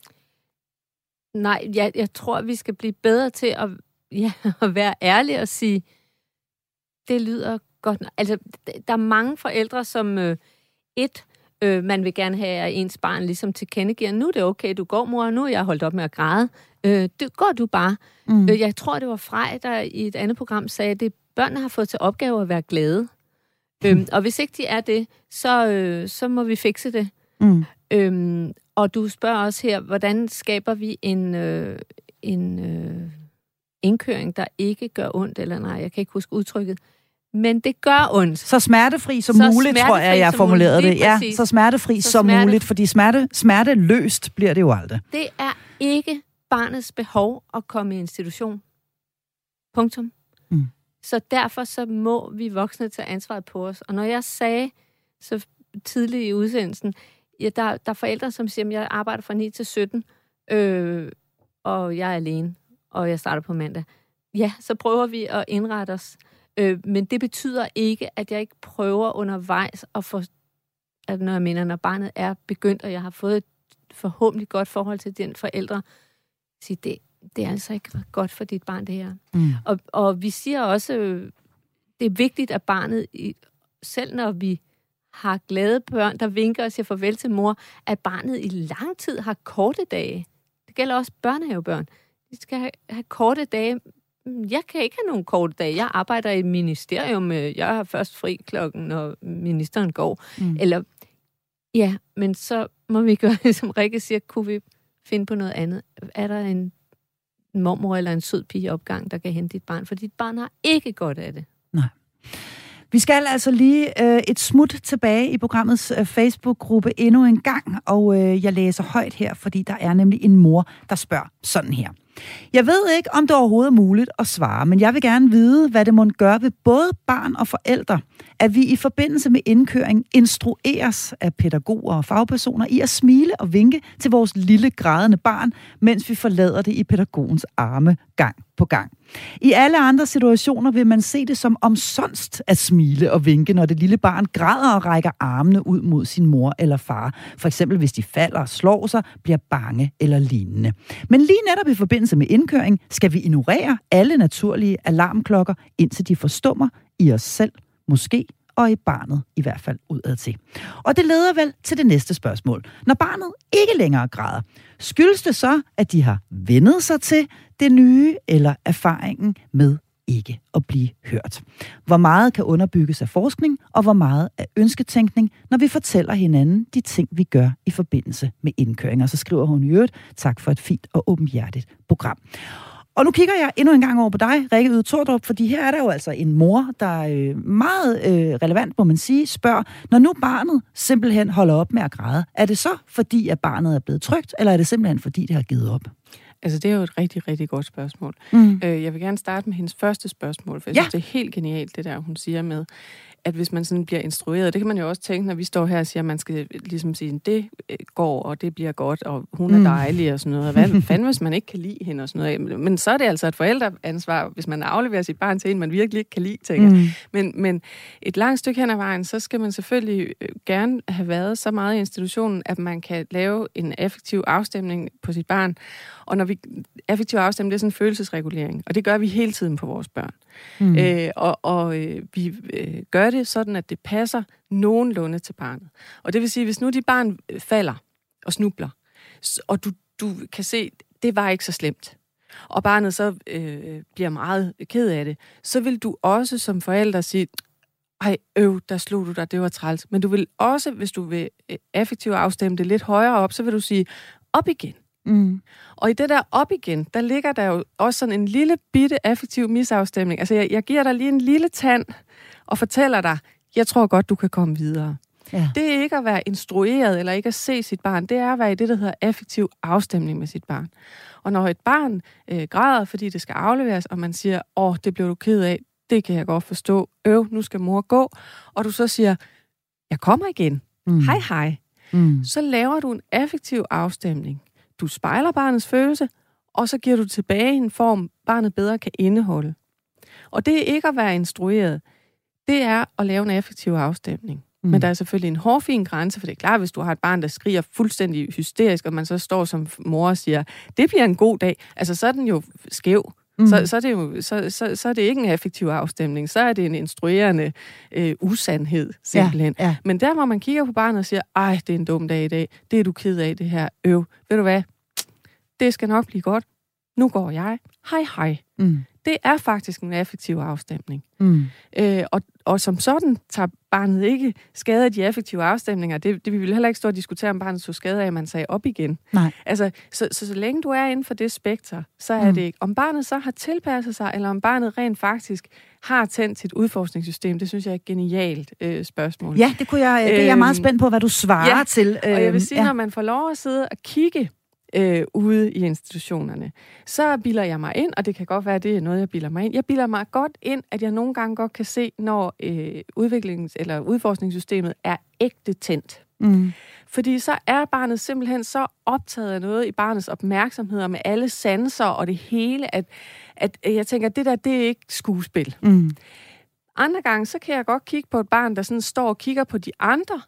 Nej, jeg tror, vi skal blive bedre til at være ærlige og sige, det lyder godt. Altså, der er mange forældre, som man vil gerne have, at ens barn ligesom tilkendegiver, nu er det okay, du går, mor, nu er jeg holdt op med at græde. Går du bare. Jeg tror, det var Frej, der i et andet program sagde, at børnene har fået til opgave at være glade. Og hvis ikke de er det, så må vi fikse det. Og du spørger også her, hvordan skaber vi en indkøring, der ikke gør ondt, eller nej, jeg kan ikke huske udtrykket. Men det gør ondt. Så smertefri som muligt, tror jeg formulerede det. Ja, så smertefri som muligt, fordi smerteløst bliver det jo aldrig. Det er ikke barnets behov at komme i institution. Punktum. Så derfor så må vi voksne tage ansvaret på os. Og når jeg sagde så tidligt i udsendelsen, der er forældre, som siger, at jeg arbejder fra 9 til 17, og jeg er alene, og jeg starter på mandag. Ja, så prøver vi at indrette os. Men det betyder ikke, at jeg ikke prøver undervejs at få, at når barnet er begyndt, og jeg har fået et forhåbentlig godt forhold til den forældre, sige, det er altså ikke godt for dit barn, det her. Og vi siger også, det er vigtigt, at barnet selv når vi har glade børn, der vinker og siger farvel til mor, at barnet i lang tid har korte dage. Det gælder også børnehavebørn. De skal have korte dage. Jeg kan ikke have nogen korte dage. Jeg arbejder i et ministerium. Jeg har først fri klokken, når ministeren går. Eller, ja, men så må vi gøre det, som Rikke siger, kunne vi finde på noget andet. Er der en mormor eller en sød pigeopgang, der kan hente dit barn? For dit barn har ikke godt af det. Nej. Vi skal altså lige et smut tilbage i programmets Facebook-gruppe endnu en gang, og jeg læser højt her, fordi der er nemlig en mor, der spørger sådan her. Jeg ved ikke, om det overhovedet er muligt at svare, men jeg vil gerne vide, hvad det må gøre ved både barn og forældre, at vi i forbindelse med indkøring instrueres af pædagoger og fagpersoner i at smile og vinke til vores lille grædende barn, mens vi forlader det i pædagogens arme gang på gang. I alle andre situationer vil man se det som omsonst at smile og vinke, når det lille barn græder og rækker armene ud mod sin mor eller far. For eksempel hvis de falder og slår sig, bliver bange eller lignende. Men lige netop i forbindelse med indkøring skal vi ignorere alle naturlige alarmklokker, indtil de forstummer i os selv, måske, og i barnet i hvert fald udad til. Og det leder vel til det næste spørgsmål. Når barnet ikke længere græder, skyldes det så, at de har vendet sig til det nye, eller erfaringen med ikke at blive hørt? Hvor meget kan underbygges af forskning, og hvor meget af ønsketænkning, når vi fortæller hinanden de ting, vi gør i forbindelse med indkøring? Og så skriver hun i øvrigt, tak for et fint og åbenhjertigt program. Og nu kigger jeg endnu en gang over på dig, Rikke Yde Tordrup, fordi her er der jo altså en mor, der meget relevant, må man sige, spørger, når nu barnet simpelthen holder op med at græde, er det så fordi, at barnet er blevet trygt, eller er det simpelthen fordi, det har givet op? Altså, det er jo et rigtig, rigtig godt spørgsmål. Jeg vil gerne starte med hendes første spørgsmål, for jeg synes, det er helt genialt, det der, hun siger med, at hvis man sådan bliver instrueret, det kan man jo også tænke, når vi står her og siger, at man skal ligesom sige, det går, og det bliver godt, og hun er dejlig og sådan noget. Hvad fanden, hvis man ikke kan lide hende og sådan noget? Men så er det altså et forældreansvar, hvis man afleverer sit barn til en, man virkelig ikke kan lide, tænker. Men et langt stykke hen ad vejen, så skal man selvfølgelig gerne have været så meget i institutionen, at man kan lave en affektiv afstemning på sit barn. Og når vi affektiv afstemning, det er sådan en følelsesregulering, og det gør vi hele tiden på vores børn. Vi gør det sådan, at det passer nogenlunde til barnet. Og det vil sige, hvis nu dit barn falder og snubler, og du kan se, det var ikke så slemt, og barnet så bliver meget ked af det, så vil du også som forælder sige, ej, der slog du dig, det var træls. Men du vil også, hvis du vil affektiv afstemme det lidt højere op, så vil du sige, op igen. Og i det der op igen, der ligger der jo også sådan en lille bitte affektiv misafstemning. Altså jeg giver dig lige en lille tand og fortæller dig, jeg tror godt, du kan komme videre. Ja. Det er ikke at være instrueret eller ikke at se sit barn. Det er at være i det, der hedder affektiv afstemning med sit barn. Og når et barn græder, fordi det skal afleveres, og man siger, det blev du ked af, det kan jeg godt forstå. Nu skal mor gå. Og du så siger, jeg kommer igen. Hej, hej. Så laver du en affektiv afstemning. Du spejler barnets følelse, og så giver du tilbage en form, barnet bedre kan indeholde. Og det er ikke at være instrueret. Det er at lave en affektiv afstemning. Men der er selvfølgelig en hårfin grænse, for det er klart, hvis du har et barn, der skriger fuldstændig hysterisk, og man så står som mor og siger, det bliver en god dag. Altså, så er den jo skæv. Så er det ikke en affektiv afstemning. Så er det en instruerende usandhed, simpelthen. Ja. Men der, hvor man kigger på barnet og siger, ej, det er en dum dag i dag. Det er du ked af, det her. Ved du hvad? Det skal nok blive godt. Nu går jeg. Hej, hej. Det er faktisk en affektiv afstemning. Og som sådan tager barnet ikke skade af de affektive afstemninger. Det vi vil heller ikke stå og diskutere, om barnet så skade af, at man sagde op igen. Nej. Altså, så længe du er inden for det spekter, så er det ikke. Om barnet så har tilpasset sig, eller om barnet rent faktisk har tændt sit udforskningssystem, det synes jeg er et genialt spørgsmål. Ja, det er jeg meget spændt på, hvad du svarer til. Og jeg vil sige, når man får lov at sidde og kigge ude i institutionerne, så bilder jeg mig ind, og det kan godt være, at det er noget, jeg bilder mig ind. Jeg bilder mig godt ind, at jeg nogle gange godt kan se, når udviklings- eller udforskningssystemet er ægte tændt. Fordi så er barnet simpelthen så optaget af noget i barnets opmærksomhed med alle sanser og det hele, at jeg tænker, at det der, det er ikke skuespil. Andre gange, så kan jeg godt kigge på et barn, der sådan står og kigger på de andre,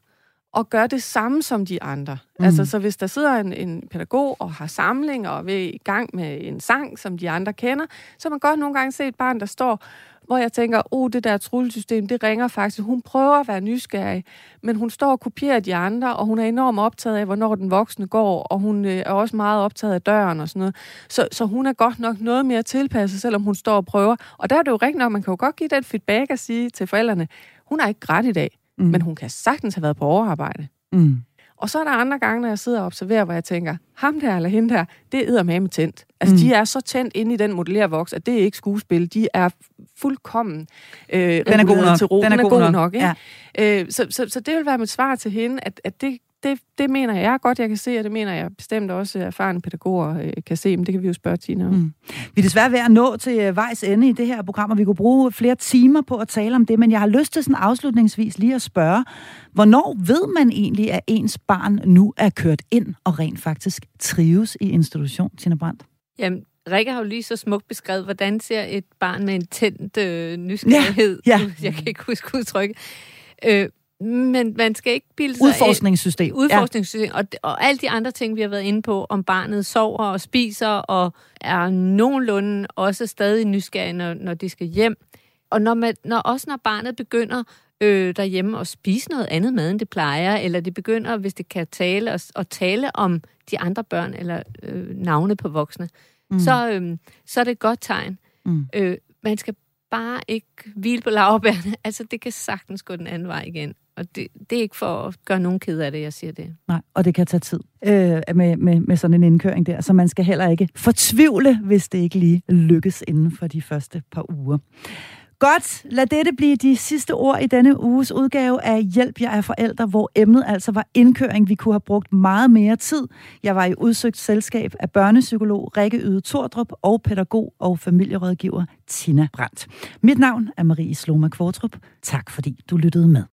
og gør det samme som de andre. Altså, så hvis der sidder en pædagog og har samling og er i gang med en sang, som de andre kender, så man godt nogle gange se et barn, der står, hvor jeg tænker, det der tryllesystem, det ringer faktisk. Hun prøver at være nysgerrig, men hun står og kopierer de andre, og hun er enormt optaget af, hvornår den voksne går, og hun er også meget optaget af døren og sådan noget. Så hun er godt nok noget mere tilpasset, selvom hun står og prøver. Og der er det jo rigtigt nok, man kan jo godt give den feedback og sige til forældrene, hun er ikke grædt i dag, men hun kan sagtens have været på overarbejde. Og så er der andre gange, når jeg sidder og observerer, hvor jeg tænker, ham der eller hende der, det er eddermame tændt. Altså, de er så tændt inde i den modellervoks, at det er ikke skuespil. De er fuldkommen den er god nok. til ro. Den er god nok. Ikke? Ja. Så det vil være mit svar til hende, at det mener jeg godt, jeg kan se, og det mener jeg bestemt også, at erfarne pædagoger kan se, men det kan vi jo spørge Tina om. Vi er desværre ved at nå til vejs ende i det her program, og vi kunne bruge flere timer på at tale om det, men jeg har lyst til sådan afslutningsvis lige at spørge, hvornår ved man egentlig, at ens barn nu er kørt ind og rent faktisk trives i institution, Tina Brandt? Jamen, Rikke har jo lige så smukt beskrevet, hvordan ser et barn med en tændt nysgerrighed. Ja. Jeg kan ikke huske udtrykket. Men man skal ikke bilde sig Udforskningssystem. Udforskningssystem. Ja. Og alle de andre ting, vi har været inde på, om barnet sover og spiser, og er nogenlunde også stadig nysgerrig, når de skal hjem. Og når barnet begynder derhjemme at spise noget andet mad, end det plejer, eller det begynder, hvis det kan tale, at tale om de andre børn, eller navne på voksne, så er det et godt tegn. Man skal bare ikke hvile på laurbærrene. Altså, det kan sagtens gå den anden vej igen. Og det er ikke for at gøre nogen ked af det, jeg siger det. Nej, og det kan tage tid med sådan en indkøring der, så man skal heller ikke fortvivle, hvis det ikke lige lykkes inden for de første par uger. Godt, lad dette blive de sidste ord i denne uges udgave af Hjælp, jeg er forælder, hvor emnet altså var indkøring. Vi kunne have brugt meget mere tid. Jeg var i udsøgt selskab af børnepsykolog Rikke Yde Tordrup og pædagog og familierådgiver Tina Brandt. Mit navn er Marie Sloma Kvartrup. Tak fordi du lyttede med.